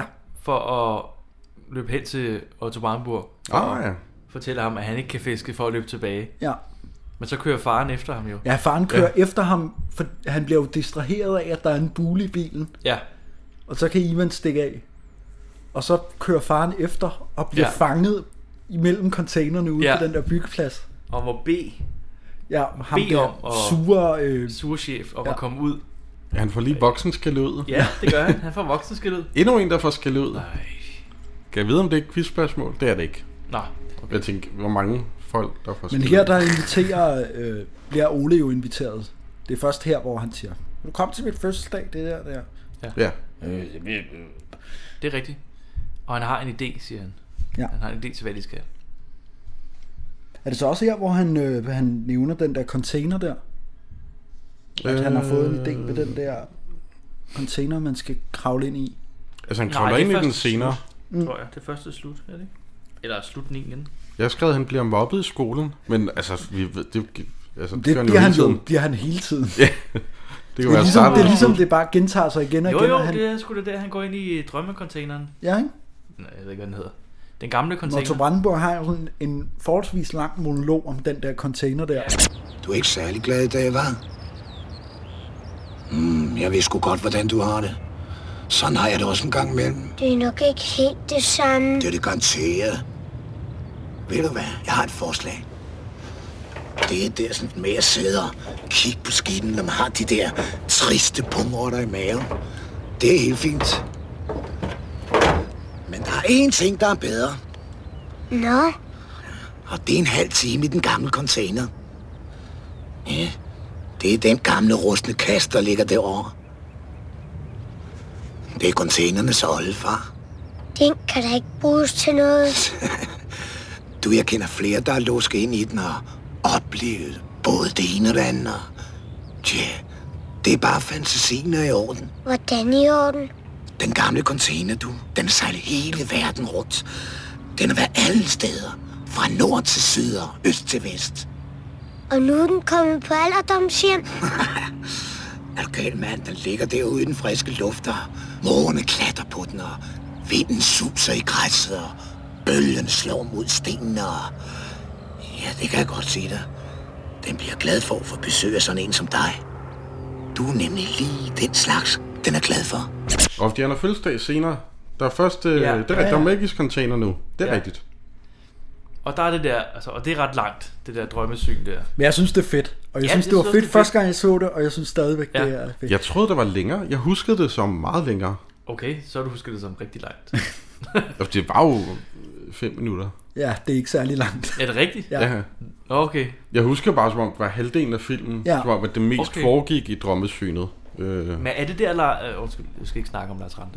for at løbe hen til Otto Brandenburg. Ah, ja. Fortæller ham, at han ikke kan fiske for at løbe tilbage. Ja. Men så kører faren efter ham jo. Ja, faren kører ja. efter ham, for han bliver jo distraheret af, at der er en bule i bilen. Ja. Og så kan Ivan stikke af. Og så kører faren efter og bliver ja. fanget imellem containerne ude ja. på den der byggeplads. Og hvor B... Ja, ham B om der sure... Øh, sure chef om ja. at komme ud. Ja, han får lige voksenskæld ud. Ja, det gør han. Han får voksenskæld ud. Endnu en, der får skæld ud. Nej. Kan jeg vide, om det er et quizspørgsmål? Det er det ikke. Nej. Okay. Jeg tænker, hvor mange folk, der får skæld ud. Men her, der inviterer... Øh, bliver Ole jo inviteret. Det er først her, hvor han siger, du kom til mit fødselsdag, det der, der. Ja. Ja. Øh, det er rigtigt. Og han har en idé, siger han. Ja. Han har en idé til, hvad de skal. Er det så også her, hvor han, øh, han nævner den der container der? At øh... han har fået en idé med den der container, man skal kravle ind i? Altså han kravler ind i den senere. Mm. Tror jeg. Det første slut, er det ikke? Eller slutningen. Jeg har skrevet, at han bliver mobbet i skolen. Men altså, vi ved, det, altså, det, det bliver han jo bliver han hele tiden. Ja. Det, det, er ligesom, det er ligesom, det bare gentager sig igen og jo, igen. Jo, jo, han... det er sgu da der, han går ind i drømmecontaineren. Ja, ikke? Nej, jeg ved ikke, hvad den hedder. Den gamle container. Otto Brandenburg har jo en, en forholdsvis lang monolog om den der container der. Du er ikke særlig glad i dag, hva'? Mm, jeg ved sgu godt, hvordan du har det. Sådan har jeg det også en gang imellem. Det er nok ikke helt det samme. Det er det garanteret. Ved du hvad? Jeg har et forslag. Det er der sådan med at sidde og kigge på skiden, når man har de der triste pungrotter i maven. Det er helt fint. Men der er én ting, der er bedre. Nå? Og det er en halv time i den gamle container. Ja, det er den gamle rustne kasse, der ligger derovre. Det er containernes oldefar. Den kan da ikke bruges til noget. Du, jeg kender flere, der er låsket ind i den og oplevet både det ene og det andet. Tja, det er bare fantasien er i orden. Hvordan i orden? Den gamle container, du, den er sejlet hele verden rundt. Den har været alle steder. Fra nord til syd og øst til vest. Og nu er den kommet på alderdomshjem. Er du gal, mand? Den ligger derude i den friske luft, og mågerne klatter på den, og vinden suser i græsset, og bølgen slår mod stenene, og... Ja, det kan jeg godt sige dig. Den bliver glad for at få besøg af sådan en som dig. Du er nemlig lige den slags, den er glad for. Og de har fødselsdag senere. Der er først... Ja. Det er, ja, ja. Der er magisk container nu. Det er ja. rigtigt. Og der er det der, altså, og det er ret langt, det der drømmesyn der. Men jeg synes, det er fedt. Og jeg ja, synes, det var fedt første gang, jeg så det, og jeg synes stadigvæk, ja. det er fedt. Jeg troede, det var længere. Jeg huskede det som meget længere. Okay, så har du husket det som rigtig langt. Det var jo fem minutter. Ja, det er ikke særlig langt. Er det rigtigt? Ja. ja. Okay. Jeg husker bare, som om det var halvdelen af filmen, ja. som om at det mest okay. foregik i drømmesynet. Øh. Men er det der, der... Uh, undskyld, jeg skal ikke snakke om Lars Rante.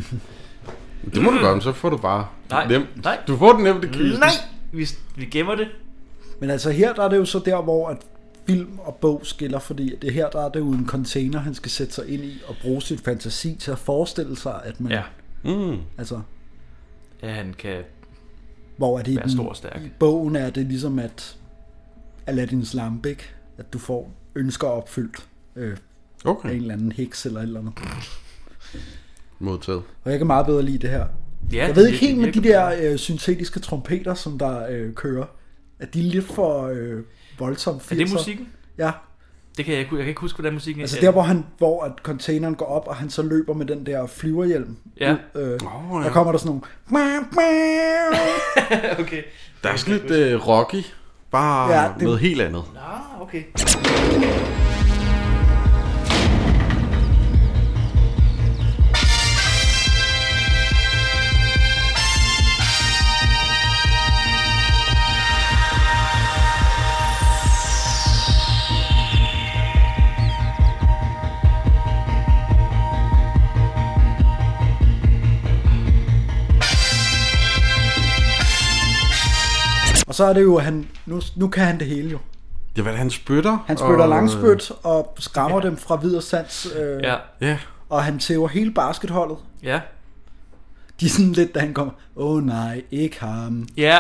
Det må du gøre, men så får du bare... Nej, nem. nej. Du får den nemlig quiz. Nej, vi, vi gemmer det. Men altså her, der er det jo så der, hvor at film og bog skiller, fordi det her, der er det jo en container, han skal sætte sig ind i og bruge sin fantasi til at forestille sig, at man... Ja. Mm. Altså... Ja, han kan... Hvor er det være stor og stærk. I bogen er det ligesom at Aladdins lampe, ikke? At du får ønsker opfyldt øh, okay. af en eller anden heks eller et eller andet. Modtaget. Og jeg kan meget bedre lide det her. Ja, jeg ved ikke det, helt det, med de der øh, syntetiske trompeter, som der øh, kører. Er de lidt for øh, voldsomt firser? Er det musikken? Ja. Det kan jeg, jeg kan ikke huske, hvordan musikken er. Altså der, hvor, han, hvor at containeren går op, og han så løber med den der flyverhjelm. Ja. Øh, oh, ja. Der kommer der sådan nogle... okay. Der er sådan lidt øh, Rocky, bare ja, det... noget helt andet. Nå, okay. Og så er det jo, at han, nu, nu kan han det hele jo. Ja, hvad han spytter? Han spytter og... langspyt og skræmmer ja. dem fra vid og sans. Øh, ja. ja. Og han tæver hele basketholdet. Ja. De er sådan lidt, da han kommer, åh oh, nej, ikke ham. Ja.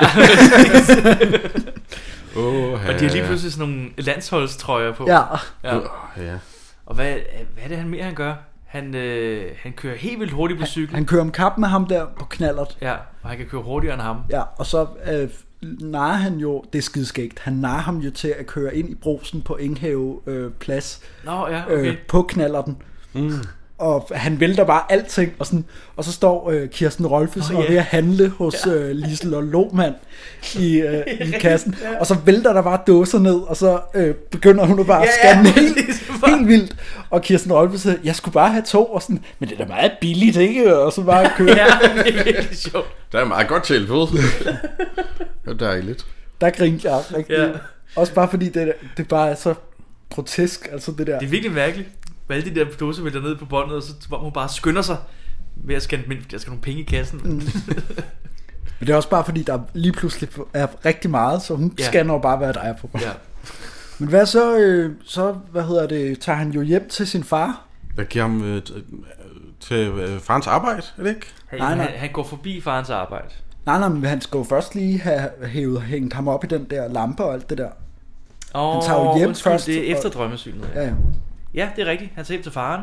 oh, og de har lige pludselig sådan nogle landsholdstrøjer på. Ja. ja. Uh, ja. Og hvad, hvad er det han mere, han gør? Han, øh, han kører helt vildt hurtigt på cykel. Han, han kører om kap med ham der på knallert. Ja, og han kan køre hurtigere end ham. Ja, og så øh, narer han jo, det er skidskægt, han narer ham jo til at køre ind i Brugsen på Enghave øh, plads. Nå, ja, okay. øh, på knallerten. Mm. Og han vælter bare alting, og, sådan, og så står øh, Kirsten Rolfes oh, og yeah. ved at handle hos ja. øh, Liselotte Lohmann i, øh, i kassen, ja. Og så vælter der bare dåser ned, og så øh, begynder hun bare at ja, scanne ja, helt, helt vildt. Og Kirsten Rolfes siger, jeg skulle bare have to, og sådan, men det er da meget billigt, ikke? Og så bare køre. Ja, det er virkelig sjovt. Det er meget godt tilbud. Det er dejligt. Der grinte jeg rigtig. Ja. Også bare fordi det, det bare er så grotesk, altså det der. Det er virkelig mærkeligt. Med alle de der dåser vælter ned på båndet, og så hvor man bare skynder sig ved at scanne, men der skal nogle penge i kassen. Mm. Men det er også bare fordi, der lige pludselig er rigtig meget, så hun ja. Scanner jo bare, hvad der er på. Ja. Men hvad så, øh, så, hvad hedder det, tager han jo hjem til sin far? Jeg giver ham øh, til øh, farens arbejde, er det ikke? Hey, nej, nej. Han, han går forbi farens arbejde. Nej, nej, men han skal jo først lige have hævet, hængt ham op i den der lampe og alt det der. Åh, han tager jo hjem undskyld, først. Det er efter drømmesynet. Ja, ja. Ja, det er rigtigt. Han tager hjem til faren.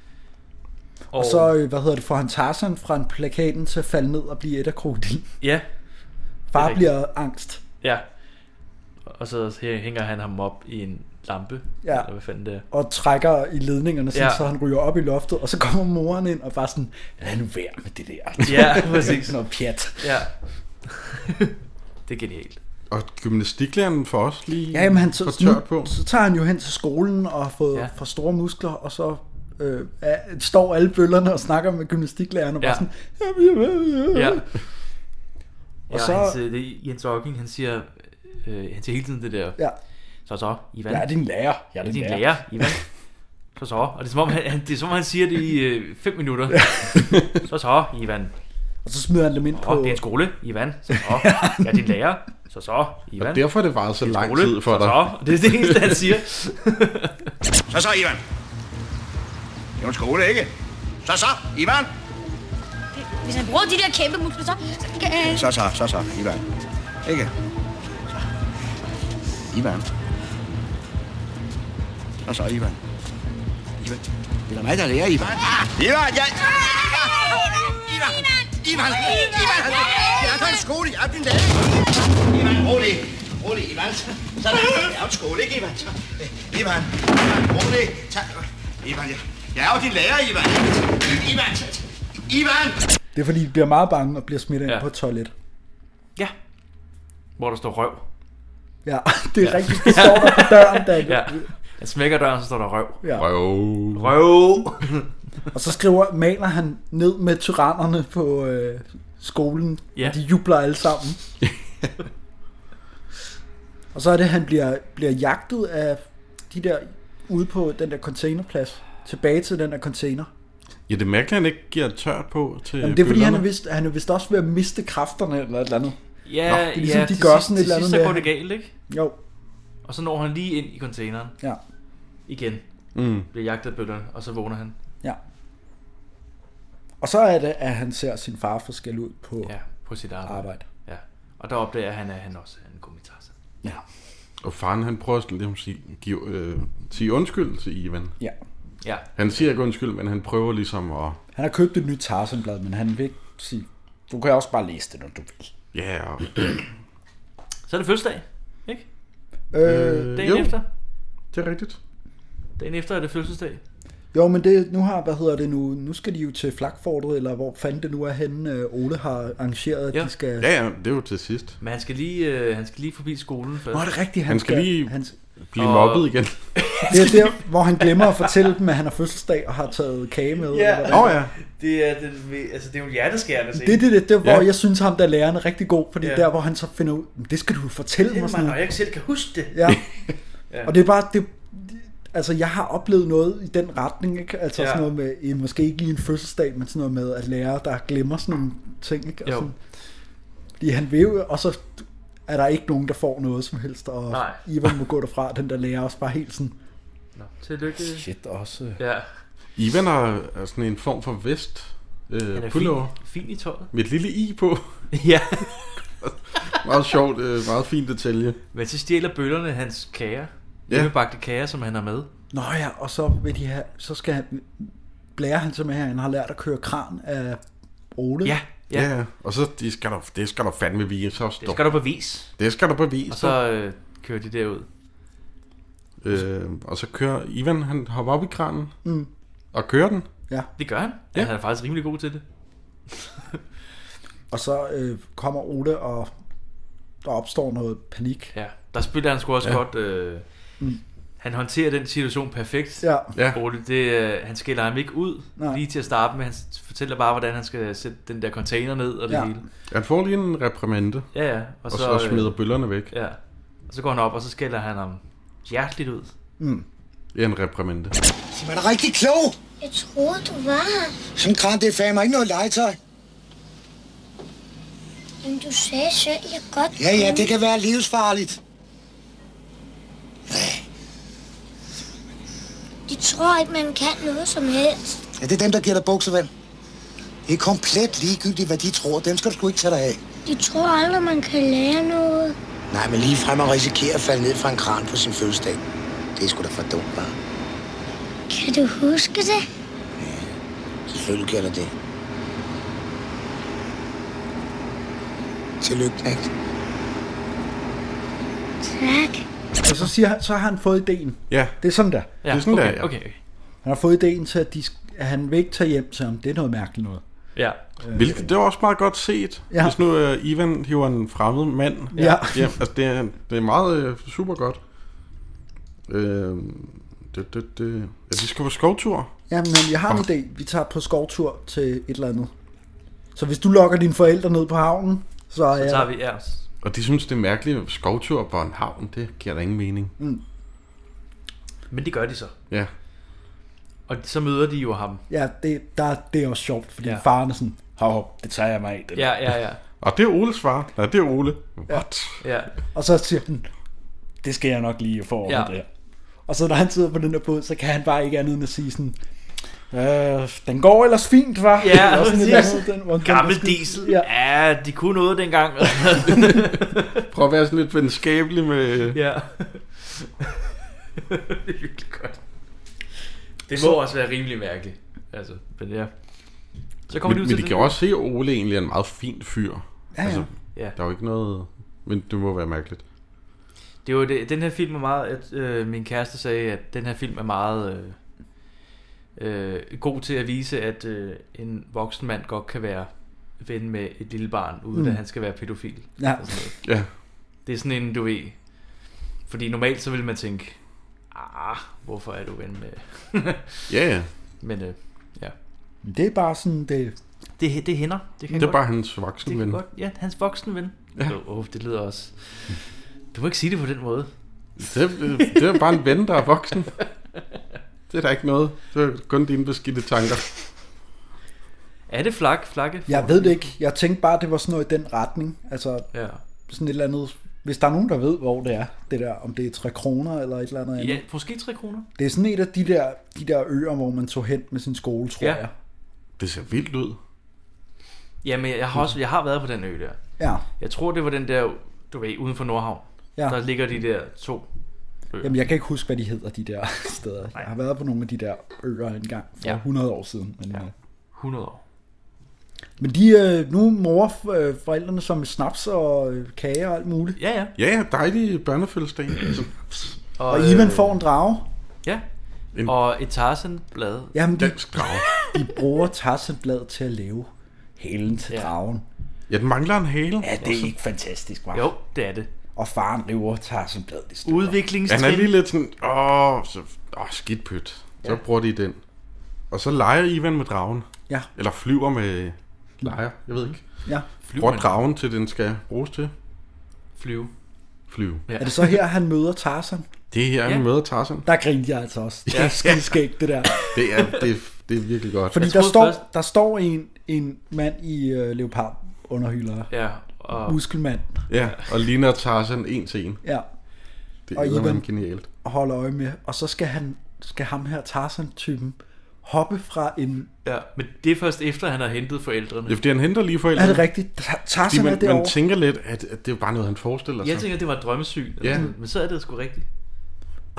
Og, og så, hvad hedder det, får han Tarzan fra en plakaten til at falde ned og blive et af krokodil. Ja. Far bliver angst. Ja. Og så hænger han ham op i en lampe. Ja. Eller hvad fanden det er. Og trækker i ledningerne, ja. Så han ryger op i loftet. Og så kommer moren ind og bare sådan, lad nu være med det der. Ja, præcis. Noget pjat. Ja. Det er genialt. Og gymnastiklæreren får også lige ja, jamen, han så, tørt på. Så tager han jo hen til skolen og har fået ja. For store muskler, og så øh, er, står alle bøllerne og snakker med gymnastiklæreren og ja. Bare sådan ja. Og ja, så hans, det, Jens Ocking, han siger øh, han siger hele tiden det der. Ja. Så så, Ivan. Jeg er din lærer. Jeg er din, din lærer. lærer, Ivan. Så så, og det er som om han, det er som om han siger det i øh, fem minutter. Ja. Så så, Ivan. Og så smider han dem ind så, på... det er en skole, Ivan. Så så, jeg er din lærer. Så så, Ivan. Og derfor er det bare så lang tid for så, dig. Så, det er det eneste, han siger. Så så, Ivan. Det er en skole, ikke? Så så, Ivan. Hvis han bruger de der kæmpe muskler, så... Så så, så så, Ivan. Ikke? Så. Ivan. Så så, Ivan. Ivan. Det er mig, der lærer, Ivan. Ivan, jeg... Ivan! Ivan! Ivan! Jeg er på en skole, jeg er din lærer. Ivan, rolig. Rolig, Ivan. Så er jeg er en skole, ikke, Ivan? Ivan, rolig. Ivan, jeg er jo din lærer, Ivan. Ivan! Ivan! Det er fordi, de bliver meget bange og bliver smidt ind ja. På et toilet. Ja. Hvor der står røv. Ja, det er ja. Rigtigt. Det står der på døren, der. Ja. Han smækker døren, så står der røv. Ja. Røv. Røv. Og så skriver, maler han ned med tyrannerne på øh, skolen. Ja. Og de jubler alle sammen. Og så er det, han bliver, bliver jagtet af de der ude på den der containerplads. Tilbage til den der container. Ja, det er mærkeligt, han ikke giver tørt på til jamen, det er fordi, han er, vist, han er vist også ved at miste kræfterne eller et eller andet. Ja, Nå, det er ligesom, ja, de gør sådan et eller andet. Til sidst går det galt, ikke? Jo. Og så når han lige ind i containeren. Ja. Igen. Mm. Bliver jagtet af bøllerne, og så vågner han. Ja. Og så er det, at han ser sin far få skæld ud på, ja, på sit arbejde. arbejde. Ja. Og der opdager han, at han også er en kommentator. Ja. Og faren, han prøver at ligesom sige, give, øh, sige undskyld til Ivan. Ja. Ja. Han siger ikke undskyld, men han prøver ligesom at... Han har købt et nyt Tarzan-blad, men han vil ikke sige, du kan også bare læse det, når du vil. Ja, og... Så er det fødselsdag, ikke? Øh, Dagen jo, efter. det er rigtigt. Dagen efter er det fødselsdag. Jo, men det, nu har, hvad hedder det nu, nu skal de jo til Flakfortet, eller hvor fanden det nu er henne, Ole har arrangeret, at ja. de skal... Ja, ja, det er jo til sidst. Men han skal lige, øh, han skal lige forbi skolen først. Nå, det er rigtigt. Han, han skal, skal lige han... blive og... mobbet igen. Det er der, hvor han glemmer at fortælle dem, at han har fødselsdag og har taget kage med. Ja, oh, ja. Det er, det, altså, det er jo hjerteskærende. Det er det, det, det, hvor ja. Jeg synes, ham der læreren er rigtig god, fordi ja. Der, hvor han så finder ud, det skal du fortælle mig. Sådan, og jeg ikke selv kan huske det. Ja. ja. Og det er bare, det, altså jeg har oplevet noget i den retning, ikke? Altså ja. Sådan noget med, måske ikke lige en fødselsdag, men sådan noget med at lære, der glemmer sådan nogle ting, ikke? Og sådan, fordi han vil jo, og så er der ikke nogen, der får noget som helst, og nej. Ivan må gå derfra, den der lærer også bare helt sådan, nå, tillykke. Shit også. Ja. Ivan har sådan en form for vest, øh, pullover. Fin, fin i tøjet. Med et lille i på. Ja. Meget sjovt, øh, meget fin detalje. Men så stjæler bøllerne hans kager. Ja. Hjemmebagte kager, som han har med. Nå ja, og så vil de have, så skal han, lærer han simpelthen, han har lært at køre kran af Ole. Ja, ja. ja. Og så de skal der, det skal der fandme vise. Så det skal der bevise. Det skal der bevise. Og så øh, kører de derud. Øh, og så kører Ivan, han hopper op i kranen mm. og kører den. Ja. Det gør han. Ja. Han er faktisk rimelig god til det. Og så øh, kommer Ole, og der opstår noget panik. Ja, der spiller han sgu også ja. godt. Øh, mm. Han håndterer den situation perfekt. Ja. ja. Ole, det, øh, han skiller ham ikke ud Nej. lige til at starte med. Han fortæller bare, hvordan han skal sætte den der container ned og det ja. hele. Han får lige en reprimande. Ja, ja. Og, og så, så smider bøllerne væk. Ja. Og så går han op, og så skælder han ham hjerteligt ud. Mm. Ja, en reprimande. Så var da rigtig klog. Jeg troede, du var her. Sådan kran, det er fandme ikke noget legetøj. Men du sagde selv, jeg godt Ja, ja, det kan være livsfarligt. De tror ikke, man kan noget som helst. Ja, det er dem, der giver dig buksevænd. Det er komplet ligegyldigt, hvad de tror. Dem skal du sgu ikke tage dig af. De tror aldrig, man kan lære noget. Nej, men lige frem at risikere at falde ned fra en kran på sin fødselsdag. Det er sgu da for dumt, hva'? Kan du huske det? Ja, selvfølgelig kan det det. Tillykke, knægt. Tak. Og så, siger han, så har han fået ideen. Ja. Det er sådan der. Ja, det er sådan okay, der, ja. Okay. Han har fået ideen til, at, de, at han vil ikke tage hjem til ham. Det er noget mærkeligt noget. Ja. Øh, Hvilket, det var også meget godt set. Ja. Hvis nu uh, Ivan hiver en fremmed mand ja. hjem. Altså, det er, det er meget uh, super godt. Uh, det, det, det. Ja, vi skal på skovtur. Ja, men jeg har en idé. Vi tager på skovtur til et eller andet. Så hvis du lokker dine forældre ned på havnen, så, så ja. tager vi, ja. Og de synes, det er mærkeligt. Skovtur på en havn, det giver da ingen mening. Mm. Men det gør de så. Ja. Og så møder de jo ham. Ja, det, der, det er også sjovt, fordi ja. faren er sådan, hov, det tager jeg mig af. Det ja, ja, ja. Og det er Oles far. Nej, det er Ole. What? Ja. Ja. Og så siger han, det skal jeg nok lige få over ja. det her. Og så når han sidder på den der båd, så kan han bare ikke andet end at sige sådan, Øh, den går ellers fint, var. Ja, den, gammel diesel. Ja. ja, de kunne noget dengang. Prøv at være sådan lidt venskabelig med... Ja. Det er virkelig godt. Det må så... også være rimelig mærkeligt. Altså, men ja. Så kommer men, de ud men til de kan også se, at Ole egentlig er en meget fin fyr. Ja, ja. Altså, ja. Der er jo ikke noget... Men det må være mærkeligt. Det er jo det, den her film er meget... At, øh, min kæreste sagde, at den her film er meget... Øh, Øh, god til at vise, at øh, en voksen mand godt kan være ven med et lille barn, uden mm. at han skal være pædofil. Ja. ja. Det er sådan en, du ved... Fordi normalt så vil man tænke, ah, hvorfor er du ven med... ja, ja. Men øh, ja. Det er bare sådan, det... Det, det hænder. Det, kan det er godt, bare hans voksen ven. Godt, ja, hans voksen ven. Ja. Åh, oh, det lyder også... Du må ikke sige det på den måde. Det, det er bare en ven, der er voksen. Det er der ikke noget. Det er kun dine beskidte tanker. Er det flak? Flakke? Jeg ved det ikke. Jeg tænkte bare, det var sådan noget i den retning. Altså, ja. Sådan et eller andet... Hvis der er nogen, der ved, hvor det er, det der, om det er tre kroner eller et eller andet andet. Ja, måske tre kroner. Det er sådan et af de der, de der øer, hvor man tog hen med sin skole, tror ja. jeg. Det ser vildt ud. Jamen, jeg har, også, jeg har været på den ø der. Ja. Jeg tror, det var den der, du ved, uden for Nordhavn. Ja. Der ligger de der to øer. Jamen, jeg kan ikke huske, hvad de hedder, de der steder. Nej. Jeg har været på nogle af de der øer engang for ja. hundrede år siden. Men, ja. hundrede år. Men de nu morer forældrene som snaps og kage og alt muligt. Ja, ja. Ja, dejlige børnefødselsdag. og, og Ivan øh, får en drage. Ja. En... Og et Tarzan-blad. Jamen, de, dansk drage. De bruger Tarzan-blad til at lave halen til ja. dragen. Ja, den mangler en hale. Ja, det er ikke fantastisk, hva'? Jo, det er det. Og faren river Tarzan-bladet. Udviklingstrin. Han er lige lidt sådan, åh, så, åh skidt pyt. Så ja. bruger de den. Og så leger Ivan med dragen. Ja. Eller flyver med lejer, jeg ved ikke. Ja. Bruger dragen til, den skal bruges til. Flyve. Flyve. Ja. Er det så her, han møder Tarzan? Det er her, han ja. møder Tarzan. Der grinte jeg altså også. Det er skidskægt, det der. det, er, det, er, det er virkelig godt. Fordi der står, først... der står en, en mand i uh, leopard underhylder. Ja. Og... Muskelmand. Ja, og ligner Tarzan en til en. Ja. Det er Ivan genialt. Og holder øje med. Og så skal, han, skal ham her Tarzan-typen hoppe fra en... Ja, men det er først efter, han har hentet forældrene. Det er fordi, han henter lige forældrene. Er det rigtigt? Tarzan man, er derovre. Man tænker lidt, at, at det er bare noget, han forestiller sig. Jeg tænker, det var et drømmesyn. Ja. Men så er det sgu rigtigt.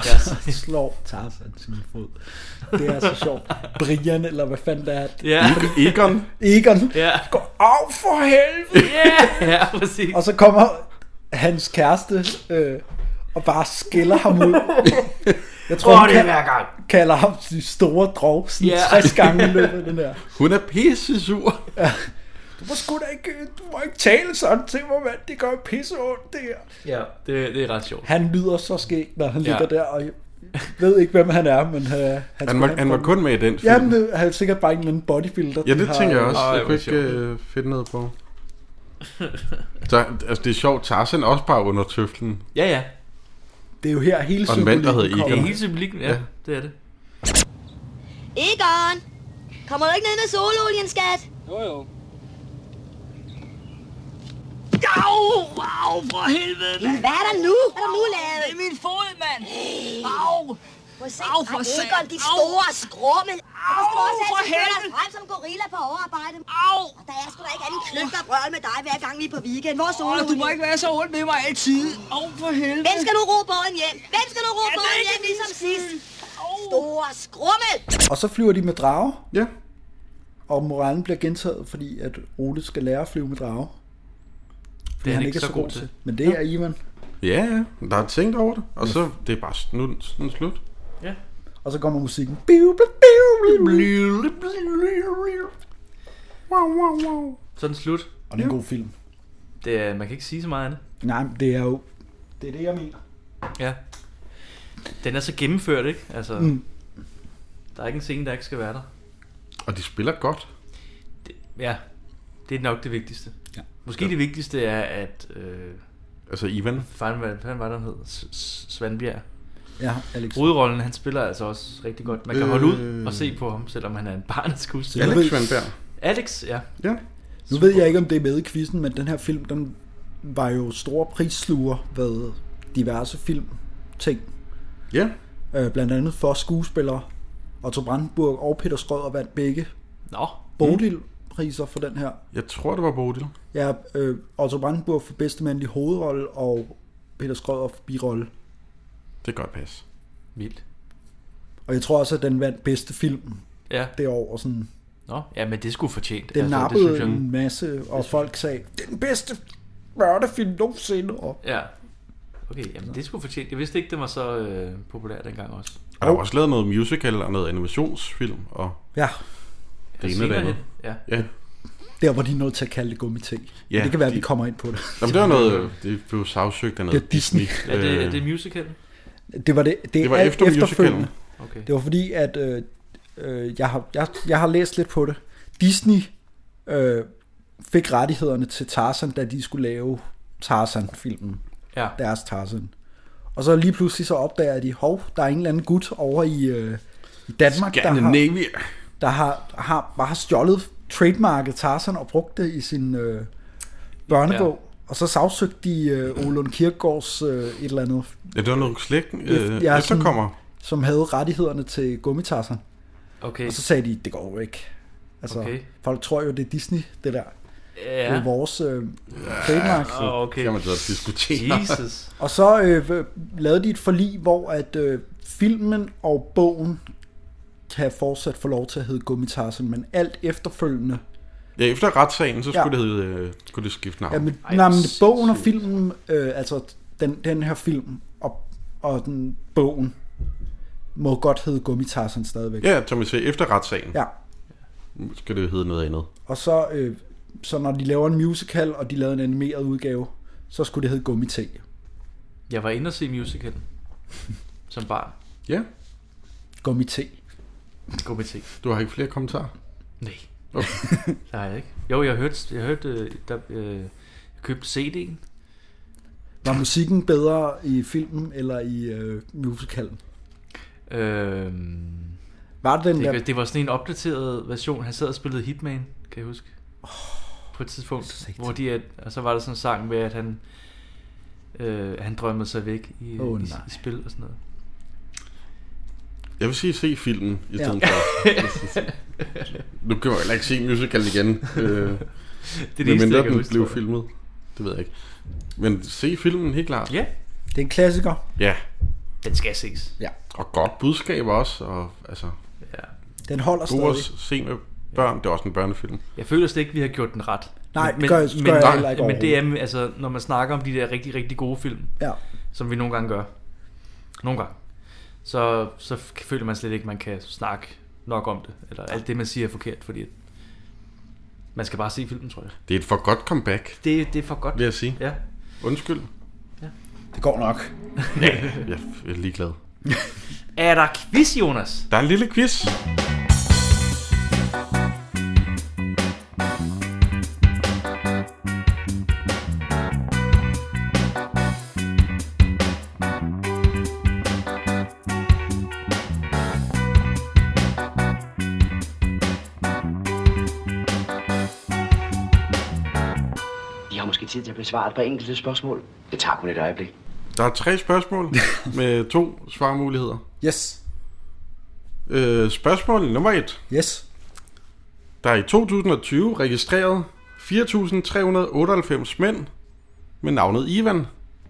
Ja. Så slår Tarzan sin fod. Det er så sjovt. Brian, eller hvad fanden det er. Ja. Egon. Egon. Ja. Går, af for helvede. Ja, ja, præcis. Og så kommer hans kæreste øh, og bare skiller ham ud. Jeg tror, oh, hun det er kan, hver gang. kalder ham de store drog, sådan Ja. tres gange i løbet af den der. Hun er pisse sur. Ja. Du må sgu da ikke, du må ikke tale sådan til mig, mand. Det gør pisse ondt, det her. Ja, det, det er ret sjovt. Han lyder så skæg, når han Ja. ligger der, og jeg ved ikke, hvem han er, men han, han, Han var, han var kun med i den film. Jamen, han er sikkert bare en eller anden bodybuilder. Ja, de det har- tænker jeg også. Åh, Jeg det kunne var ikke øh, finde noget på. Så, altså, det er sjovt. Tarzan også bare under tøflen. Ja, ja. Det er jo her hele Og en mand, der hedder symbolikken Det er Egon. hele symbolikken, ja, Ja. det er det. Egon! Kommer du ikke ned med sololien, skat? Jo, jo. Au! Au, for helvede, mand! Hvad er der nu? Hvad er der nu lavet? Det er min fod, mand! Hey. Au! Prøv at se. Au, for Ej, satan. Egon, dit store skrummel. Au, Hvorfor skal for du også altid køre dig helvede. frem som gorilla på overarbejde? Au! Og der er sgu da ikke andet kløgt og brøl med dig, hver gang vi er på weekend. Hvor er Åh, sololien? du må ikke være så ondt med mig altid. Au, for helvede. Hvem skal nu ro båden hjem? Hvem skal nu ro Ja, det er båden ikke hjem, min ligesom skyld. sidst? Store skrummel! Og så flyver de med drage, Ja. og moralen bliver gentaget, fordi at Ole skal lære at flyve med drage. Det er han ikke så god til. Men det er Ivan. Ja, ja. Der er tænkt over det. Og så det er bare nu, sådan slut. Ja. Og så kommer musikken. Biu, biu, biu, biu. Wow, wow, wow. Så er den slut. Og det er en god film. Det er, man kan ikke sige så meget andet. Nej, det er jo... Det er det, jeg mener. Ja. Den er så gennemført, ikke? Altså, Mm. der er ikke en scene, der ikke skal være der. Og de spiller godt. Det, ja, det er nok det vigtigste. Ja. Måske ja. det vigtigste er, at... Øh, Altså Ivan. Hvad fanden hvad fanden var der, han hed? S- S- Svandbjerg. Ja, Alex. Hovedrollen, han spiller altså også rigtig godt. Man kan Øh. holde ud og se på ham, selvom han er en barneskuespiller. Alex Svandbjerg. Alex, ja. Ja. Nu ved jeg ikke, om det er med i quizzen, men den her film, den var jo store prissluger ved diverse filmting. Ja. Øh, blandt andet for skuespillere. Otto Brandenburg og Peter Schrøder vandt begge Nå. Bodil-priser for den her. Jeg tror, det var Bodil. Ja, øh, Otto Brandenburg for bedste mandlige hovedrolle, og Peter Schrøder for birolle. Det kan godt passe. Vildt. Og jeg tror også, at den vandt bedste film Ja. det år. Og sådan. Nå, ja, men det skulle fortjent. Den Altså, det nappede synes jeg- en masse, og folk sagde, det er den bedste børnefilm nogensinde. Og Ja. Okay, jamen det skulle fortjent. Jeg vidste ikke, det var så øh, populær dengang også. Og der var også lavet noget musical og noget animationsfilm. Og ja. Det ene og det andet. Ja. Ja. Der var de nødt til at kalde det gummite. Ja, Ja, det kan være, at de- vi kommer ind på det. Jamen, det var noget, det blev sagsøgt af noget Det er Disney. Er det, er det musical? Det var det. Det, Det var er efter efterfølgende. musicalen. Okay. Det var fordi, at øh, øh, jeg, har, jeg, jeg har læst lidt på det. Disney øh, fik rettighederne til Tarzan, da de skulle lave Tarzan-filmen. Ja. Deres Tarzan. Og så lige pludselig så opdager de, hov, der er en eller anden gut over i, øh, i Danmark, der har, Scandinavia. der har, har bare har stjålet trademarket Tarzan og brugt det i sin øh, børnebog. Ja. Og så sagsøgte de øh, Ole Lund Kirkegaards øh, et eller andet. Ja, det var noget slægten Ef- øh, ja, efterkommer. Som, som havde rettighederne til Gummitarsen. Okay. Og så sagde de, det går jo ikke. Altså, Okay. folk tror jo, det er Disney, det der. Ja. Det er vores øh, trademark. Åh, okay. Kan man så diskutere. Jesus. Og så øh, lavede de et forlig, hvor at øh, filmen og bogen kan fortsat få lov til at hedde Gummitarsen, men alt efterfølgende. Ja, efter retssagen, så Ja. skulle, det hedde, øh, skulle det skifte navn. Ja, men, Ej, nej, men sindssygt. bogen og filmen, øh, altså den, den her film og, og den bogen, må godt hedde Gummitarsen stadigvæk. Ja, som vi siger, efter retssagen Ja. skal det hedde noget andet. Og så, øh, så når de laver en musical, og de lavede en animeret udgave, så skulle det hedde Gummite. Jeg var inde og se musicalen som barn. Ja. Gummite. Gummite. Du har ikke flere kommentarer? Nej. Okay. Det har jeg ikke. Jo, jeg hørte, jeg hørte, øh, der, øh, jeg købte C D'en. Var musikken bedre i filmen eller i øh, musicalen? Øhm, Var det den det, der- det var sådan en opdateret version. Han sad og spillede Hitman, kan jeg huske. Oh, på et tidspunkt, hvor de, at, og så var der sådan en sang med, at han, øh, han drømmede sig væk i, Åh, i, nej. i spil og sådan noget. Jeg vil sige, se filmen i Ja. stedet for. Nu kan jeg heller ikke se musical igen. Øh, det medmindre eneste, jeg kan den huske, blev tror jeg. filmet. Det ved jeg ikke. Men se filmen helt klart. Ja. Det er en klassiker. Ja. Den skal ses. Ja. Og godt budskab også, og altså... Ja. Den holder stadig. God at se med børn, det er også en børnefilm. Jeg føler slet ikke, vi har gjort den ret. Nej, men, gør, men, gør men, heller ikke men det er, altså, når man snakker om de der rigtig, rigtig gode film, ja. som vi nogle gange gør, nogle gange, så, så føler man slet ikke, man kan snakke nok om det, eller alt det, man siger er forkert, fordi man skal bare se filmen, tror jeg. Det er et for godt comeback. Det, det er for godt. Vil jeg sige. Ja. Undskyld. Ja. Det går nok. Ja, jeg er ligeglad. Er der quiz, Jonas? Der er en lille quiz. Tid til at besvare et par enkelte spørgsmål. Det tager kun et øjeblik. Der er tre spørgsmål med to svarmuligheder. Yes. Øh, spørgsmål nummer et. Yes. Der er i to tusind og tyve registreret fire tusind tre hundrede otteoghalvfems mænd med navnet Ivan.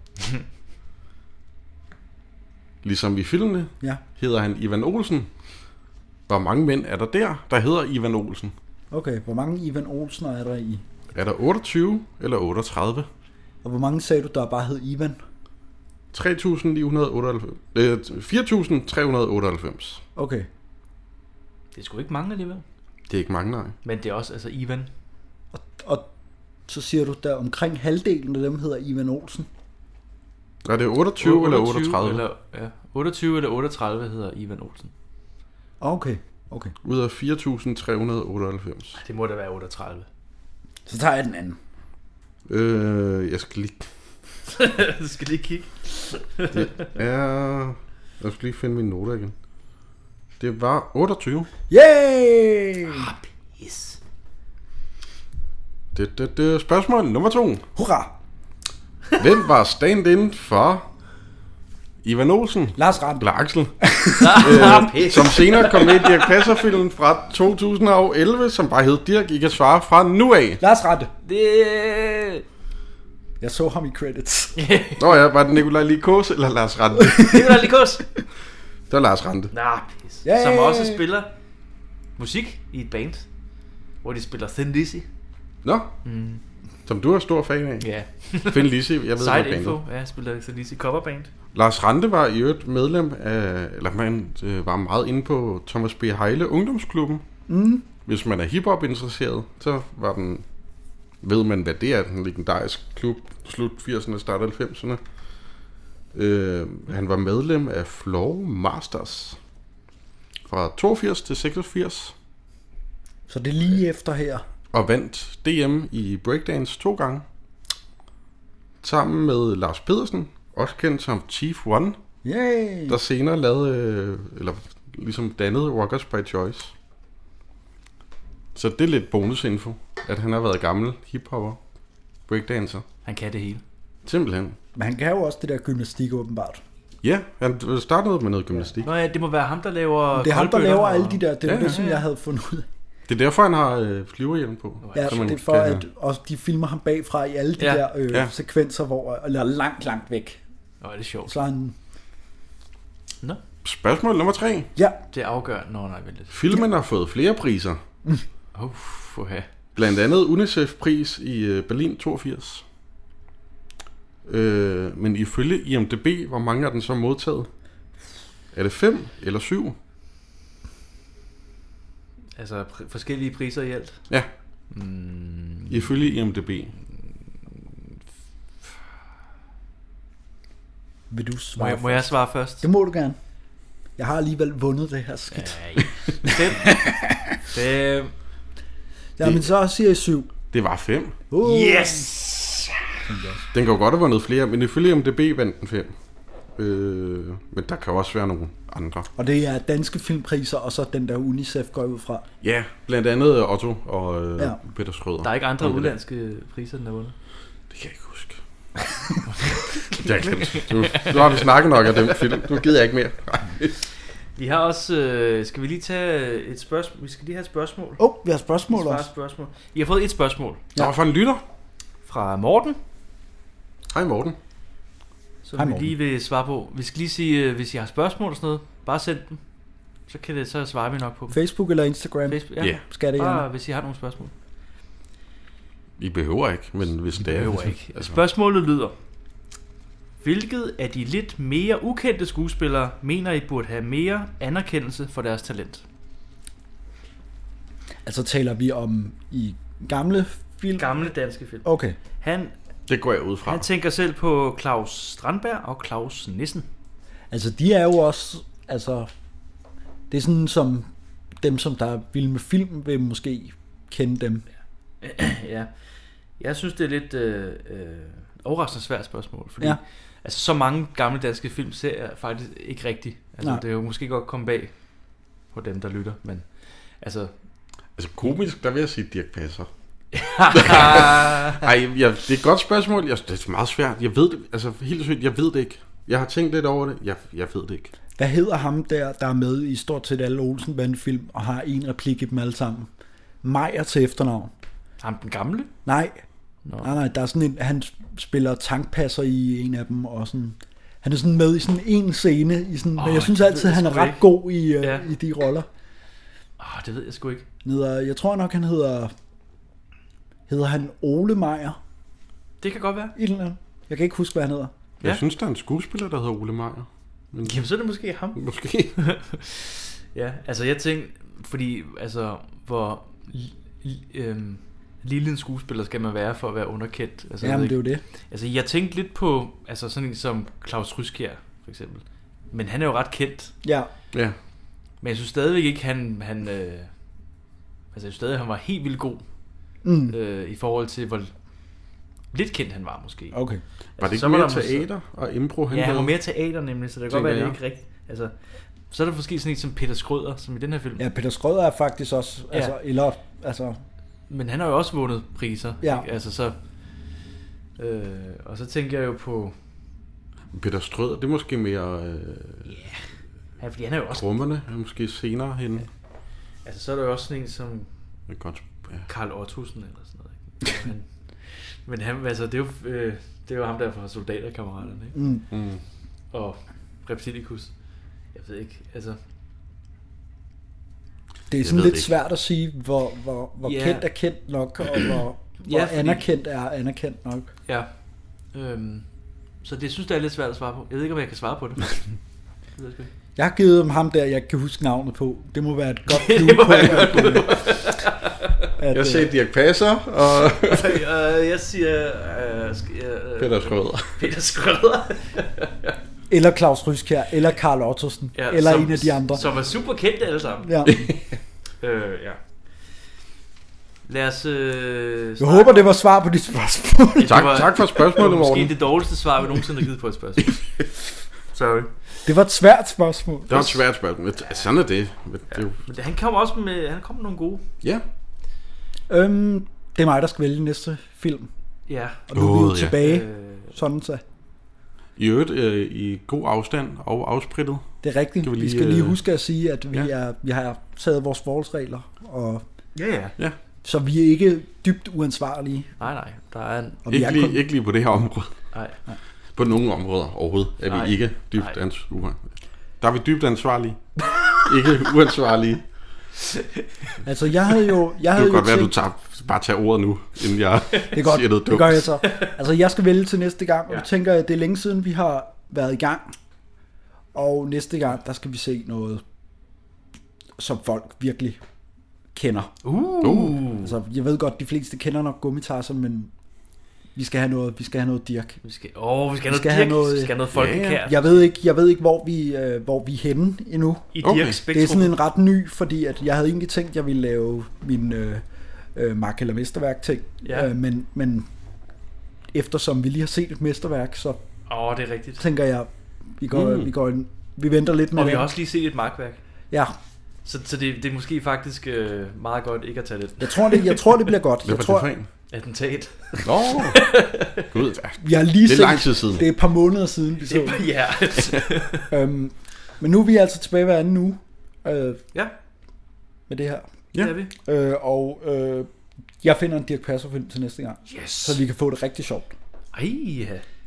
Ligesom i filmene ja. hedder han Ivan Olsen. Hvor mange mænd er der der, der hedder Ivan Olsen? Okay, hvor mange Ivan Olsen er der i? Er der otteogtyve eller otteogtredive? Og hvor mange sagde du, der bare hed Ivan? tre tusind ni hundrede otteoghalvfems. Øh, fire tusind tre hundrede otteoghalvfems. Okay. Det er sgu ikke mange alligevel. Det er ikke mange, nej. Men det er også, altså Ivan. Og, og så siger du, der omkring halvdelen af dem hedder Ivan Olsen. Er det otteogtyve eller otteogtredive? Eller, ja, otteogtyve eller otteogtredive hedder Ivan Olsen. Okay, okay. Ud af fire tusind tre hundrede otteoghalvfems. Det må da være otteogtredive. Så tager jeg den anden. Øh, jeg skal lige... du skal lige kigge. Det er... Jeg skal lige finde mine noter igen. Det var otteogtyve. Yay! Ah, pis. Det, det, det, spørgsmål nummer to. Hurra! Hvem var stand-in for Ivan Olsen? Lars Rand. Eller Axel. øh, som senere kom med i Dirch Passer-filmen fra to tusind og elleve, som bare hed Dirch. I kan svare fra nu af. Lars Rand. Det... Jeg så ham i credits. Nå ja, var det Nikolaj Likos eller Lars Rand? Nikolaj Likos. Det var Lars Rand. Nah, pis. Yeah. Som også spiller musik i et band, hvor de spiller Thin Lizzy. Nå, mm. som du er stor fan af. Ja. Thin Lizzy, jeg ved Side hvad Info, bandet. ja, jeg spiller Thin Lizzy coverband. Lars Rante var i øvrigt medlem af, eller man øh, var meget inde på Thomas B. Heile Ungdomsklubben. Mm. Hvis man er hiphop interesseret, så var den, ved man hvad det er, den legendarisk klub, slut firserne, start halvfemserne. Øh, han var medlem af Flow Masters fra toogfirs til seksogfirs. Så det er lige efter her. Og vandt D M i breakdance to gange. Sammen med Lars Pedersen, også kendt som Chief One. Yay. Der senere lavede, eller ligesom dannede Rockers by Choice. Så det er lidt bonusinfo, at han har været gammel hiphopper, breakdancer. Han kan det hele. Simpelthen. Men han kan jo også det der gymnastik åbenbart. Ja, han startede med noget gymnastik. Nå ja, det må være ham, der laver... Det er ham, der laver alle de der, det er ja, det, som ja, ja. jeg havde fundet ud. Det er derfor, han har øh, flyverhjelm på. Ja, det er for, at også de filmer ham bagfra i alle de ja. der øh, ja. sekvenser, hvor eller langt, langt væk. Nå, det er sjovt. Så han... Nå. Spørgsmål nummer tre. Ja. Det afgør... Nå, nej, vent lidt. Filmen har fået flere priser. Mm. Oh, fuha. Blandt andet UNICEF-pris i Berlin toogfirs. Øh, men ifølge I M D B, hvor mange er den så modtaget? Er det fem eller syv? Altså pr- forskellige priser i alt? Ja. Mm. Ifølge I M D B. Vil du svare må jeg, må jeg svare først? Det må du gerne. Jeg har alligevel vundet det her skidt. Ja, fem. Fem. Jamen så siger jeg syv. Det var fem. Uh. Yes! Den kan jo godt have vundet flere, men ifølge I M D B vandt den fem. Øh, men der kan også være nogle andre. Og det er danske filmpriser, og så den der UNICEF går ud fra. Ja, blandt andet Otto og øh, ja. Peter Schrøder. Der er ikke andre udlandske priser, den er vundet? Det kan jeg ikke huske. Det har jeg glemt. Nu, nu har vi snakket nok af den film. Nu gider jeg ikke mere. Vi har også... Øh, skal vi lige tage et spørgsmål? Vi skal lige have et spørgsmål. Åh, oh, vi har spørgsmål også. spørgsmål. I har fået et spørgsmål. Ja. Der var fra en lytter. Fra Morten. Hej Morten. som Hej, vi Morten. lige vil svare på. Vi skal lige sige, øh, hvis I har spørgsmål og sådan noget, bare send dem. Så kan det, så svarer vi nok på dem. Facebook eller Instagram? Facebook, ja. Ja. Skal det Bare gerne. hvis I har nogle spørgsmål. I behøver ikke, men hvis det er... Behøver ikke. Spørgsmålet lyder: hvilket af de lidt mere ukendte skuespillere mener I burde have mere anerkendelse for deres talent? Altså taler vi om i gamle film? Gamle danske film. Okay. Han, det går jeg ud fra. Han tænker selv på Claus Strandberg og Claus Nissen. Altså de er jo også, altså det er sådan som dem som der er vilde med film vil måske kende dem. Ja. Jeg synes det er lidt øh, øh, overraskende svært spørgsmål, fordi Ja. altså så mange gamle danske film ser jeg faktisk ikke rigtigt. Altså Nej. det er jo måske godt komme bag på dem der lytter, men altså Altså komisk, der vil jeg sige Dirch Passer. Ej, ja, det er et godt spørgsmål. Jeg, det er meget svært. Jeg ved det, altså helt sygt, jeg ved det ikke. Jeg har tænkt lidt over det. Jeg, jeg ved det ikke. Hvad hedder ham der, der er med i stort set alle Olsen-bandefilm og har en replik i dem alle sammen? Meyer til efternavn. Ham den gamle? Nej. Nå. Nej, nej, der er sådan en, han spiller tankpasser i en af dem, og sådan, han er sådan med i sådan en scene, i sådan, oh, men jeg synes altid, han er ret god i, uh, Ja. i de roller. Åh, oh, det ved jeg sgu ikke. Hedder, jeg tror nok, han hedder, hedder han Ole Meyer? Det kan godt være. Et eller andet. Jeg kan ikke huske, hvad han hedder. Jeg ja. synes, der er en skuespiller, der hedder Ole Meyer. Men... Jamen, så er det måske ham. Måske. Ja, altså jeg tænkte, fordi altså, hvor li, li, øhm, lille en skuespiller skal man være for at være underkendt. Altså, Jamen, jeg ved det er jo ikke. Altså jeg tænkte lidt på, altså sådan en som Claus Ryskjær for eksempel. Men han er jo ret kendt. Ja. Ja. Men jeg synes stadigvæk ikke, han, han øh, altså jeg synes stadig, han var helt vildt god. Mm. Øh, I forhold til, hvor lidt kendt han var måske. Okay. Var det ikke så mere der teater og impro, han Ja, han var havde? mere teater nemlig, så det kan godt være, det ikke rigtigt. Altså, så er der måske sådan en som Peter Skrøder, som i den her film. Ja, Peter Skrøder er faktisk også, Ja. altså, eller, altså... Men han har jo også vundet priser. Ja. Ikke? Altså så... Øh, og så tænker jeg jo på... Peter Strøder, det er måske mere... Øh, Ja, fordi han er jo også... Trummerne er måske senere hen. Altså så er der jo også sådan en som... Det er godt, ja. Karl Ottosen eller sådan noget. Ikke? Men, men han, altså, det er jo, øh, det er jo ham der fra Soldaterkammeraterne, ikke? Mm. Mm. Og Reptilicus. Jeg ved ikke, altså... Det er sådan lidt svært at sige, hvor, hvor, hvor Ja. kendt er kendt nok, og hvor, hvor Ja, fordi- anerkendt er anerkendt nok. Ja. Øhm, så det synes jeg er lidt svært at svare på. Jeg ved ikke, om jeg kan svare på det. det ved jeg sgu ikke. Jeg har givet dem ham der, jeg ikke kan huske navnet på. Det må være et godt Det clue må på, være at, et godt øh, clue. at, Jeg øh, sagde Dirch Passer, og... øh, jeg siger... Øh, skal jeg, øh, Peter Skrøder. Peter Skrøder. eller Claus Ryskjær, eller Karl Ottosen, Ja, eller som, en af de andre. Som er super kendte alle sammen. Ja. øh, ja. Lad os... Øh, Jeg håber, det var svar på dit spørgsmål. Ja, det Tak- var- tak for spørgsmålet, det var Morten. Måske det dårligste svar, vi nogensinde har givet på et spørgsmål. Sorry. Det var et svært spørgsmål. Det var et svært spørgsmål. Men sådan er det. Men det er jo... Men det- han kom også med, han kom med nogle gode. Ja. Øhm, det er mig, der skal vælge næste film. Ja. Og nu er vi jo Åh, ja. tilbage. Øh, Sådan så. I øvrigt øh, i god afstand og afsprittet. Det er rigtigt. Kan Vi, vi vi lige, skal lige øh, huske at sige, at vi, ja. er, vi har taget vores forholdsregler, og Ja, ja. Ja. så vi er ikke dybt uansvarlige. Nej, nej. Der er en... Og vi Ikke er lige, kun- ikke lige på det her område. Nej. På nogle områder overhovedet er Nej. vi ikke dybt Nej. ansvarlige. Der er vi dybt ansvarlige. Ikke uansvarlige. Altså, jeg havde jo... Jeg Det havde kan jo godt være, du tænkt- tager, bare tager ordet nu, inden jeg Det er godt, siger noget det dumt. gør jeg så. Altså, jeg skal vælge til næste gang, og Ja. jeg tænker, at det er længe siden, vi har været i gang. Og næste gang, der skal vi se noget, som folk virkelig kender. Uh. Uh. Altså, jeg ved godt, de fleste kender nok Gummitarsen, men vi skal have noget, vi skal have noget Dirch. Vi skal, åh, vi skal have noget Dirch. Vi skal have noget folkekært. Jeg ved ikke, jeg ved ikke hvor vi øh, hvor vi er henne endnu. I Okay. Dirchs Det er sådan en ret ny, fordi at jeg havde egentlig tænkt, at jeg ville lave min øh, øh, mark- eller mesterværk ting, Ja. øh, men men eftersom vi lige har set et mesterværk, så Åh, det er rigtigt. tænker jeg, vi går, Mm. vi går en, vi venter lidt med Og vi det. har også lige set et markværk. Ja. Så, så det, det er måske faktisk øh, meget godt ikke at tage det. Jeg tror, det, jeg tror, det bliver godt. Hvad Jeg var tror, det for en? Attentat. Nå. Gud, ja. vi har lige Det er set, lang tid siden. Det er et par måneder siden, vi så Det er- ja. øhm, Men nu er vi altså tilbage hver anden uge. Øh, ja. Med det her. Ja. Det er vi. Øh, og øh, jeg finder en Dirch Passer film til næste gang. Yes. Så vi kan få det rigtig sjovt. Ej, ja.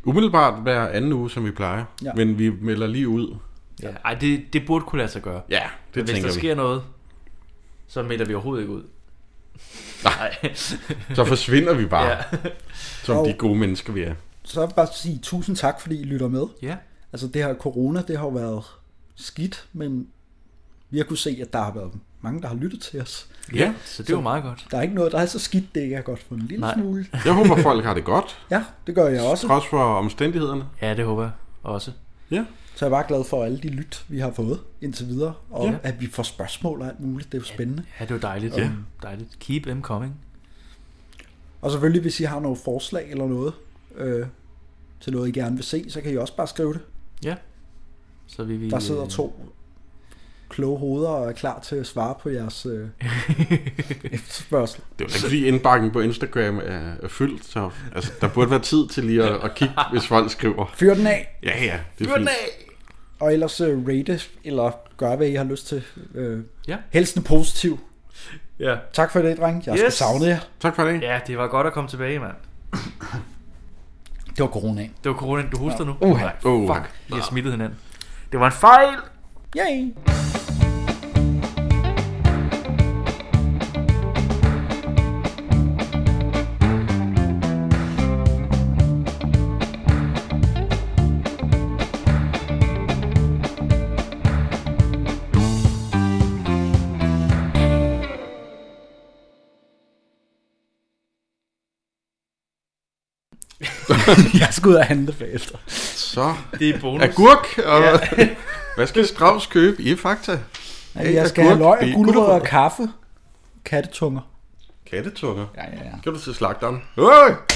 Umiddelbart hver anden uge, som vi plejer. Ja. Men vi melder lige ud. Ja, ej, det, det burde kunne lade sig gøre. Ja, det men tænker vi. hvis der sker noget, så melder vi overhovedet ikke ud. Nej. Så forsvinder vi bare. Ja. Som og de gode mennesker, vi er. Så vil jeg bare sige tusind tak, fordi I lytter med. Ja. Altså det her corona, det har jo været skidt, men vi har kunne se, at der har været mange, der har lyttet til os. Ja, så det er jo meget godt. Der er ikke noget, der er så skidt, det ikke er godt for en lille Nej. smule. Jeg håber, folk har det godt. Ja, det gør jeg også. Trods for omstændighederne. Ja, det håber jeg også. Ja. Så jeg er bare glad for alle de lyt, vi har fået indtil videre, og Ja. at vi får spørgsmål og alt muligt. Det er jo spændende. Ja, det er jo dejligt. Ja. Dejligt. Keep them coming. Og selvfølgelig, hvis I har nogle forslag eller noget øh, til noget, I gerne vil se, så kan I også bare skrive det. Ja. Så vil vi, Der sidder to kloge hoveder og er klar til at svare på jeres øh, efterspørgsel. Det er jo ikke fordi indbakken på Instagram er, er fyldt, så altså, der burde være tid til lige at, at kigge, hvis folk skriver. Fyr den af! Ja, ja, det er Fyr den fint. af! Og ellers uh, rate, eller gør, hvad I har lyst til. Uh, ja. Helst en positiv. Ja. Tak for det, dreng. Jeg har Yes. sgu savnet jer. Tak for det. Ja, det var godt at komme tilbage, mand. Det var coronaen. Det var coronaen. Du husker Ja. nu? Uh, Nej, uh. fuck. Vi har smittet hinanden. Det var en fejl! Yay! Jeg skal ud og handle bagefter. Så det er bonus. Agurk og Ja. hvad skal Strauss købe i Fakta? Ja, jeg skal have løg og gulerødder og kaffe. Kattetunger. Kattetunger? Ja, ja, ja. Kan du til slagteren? Øj!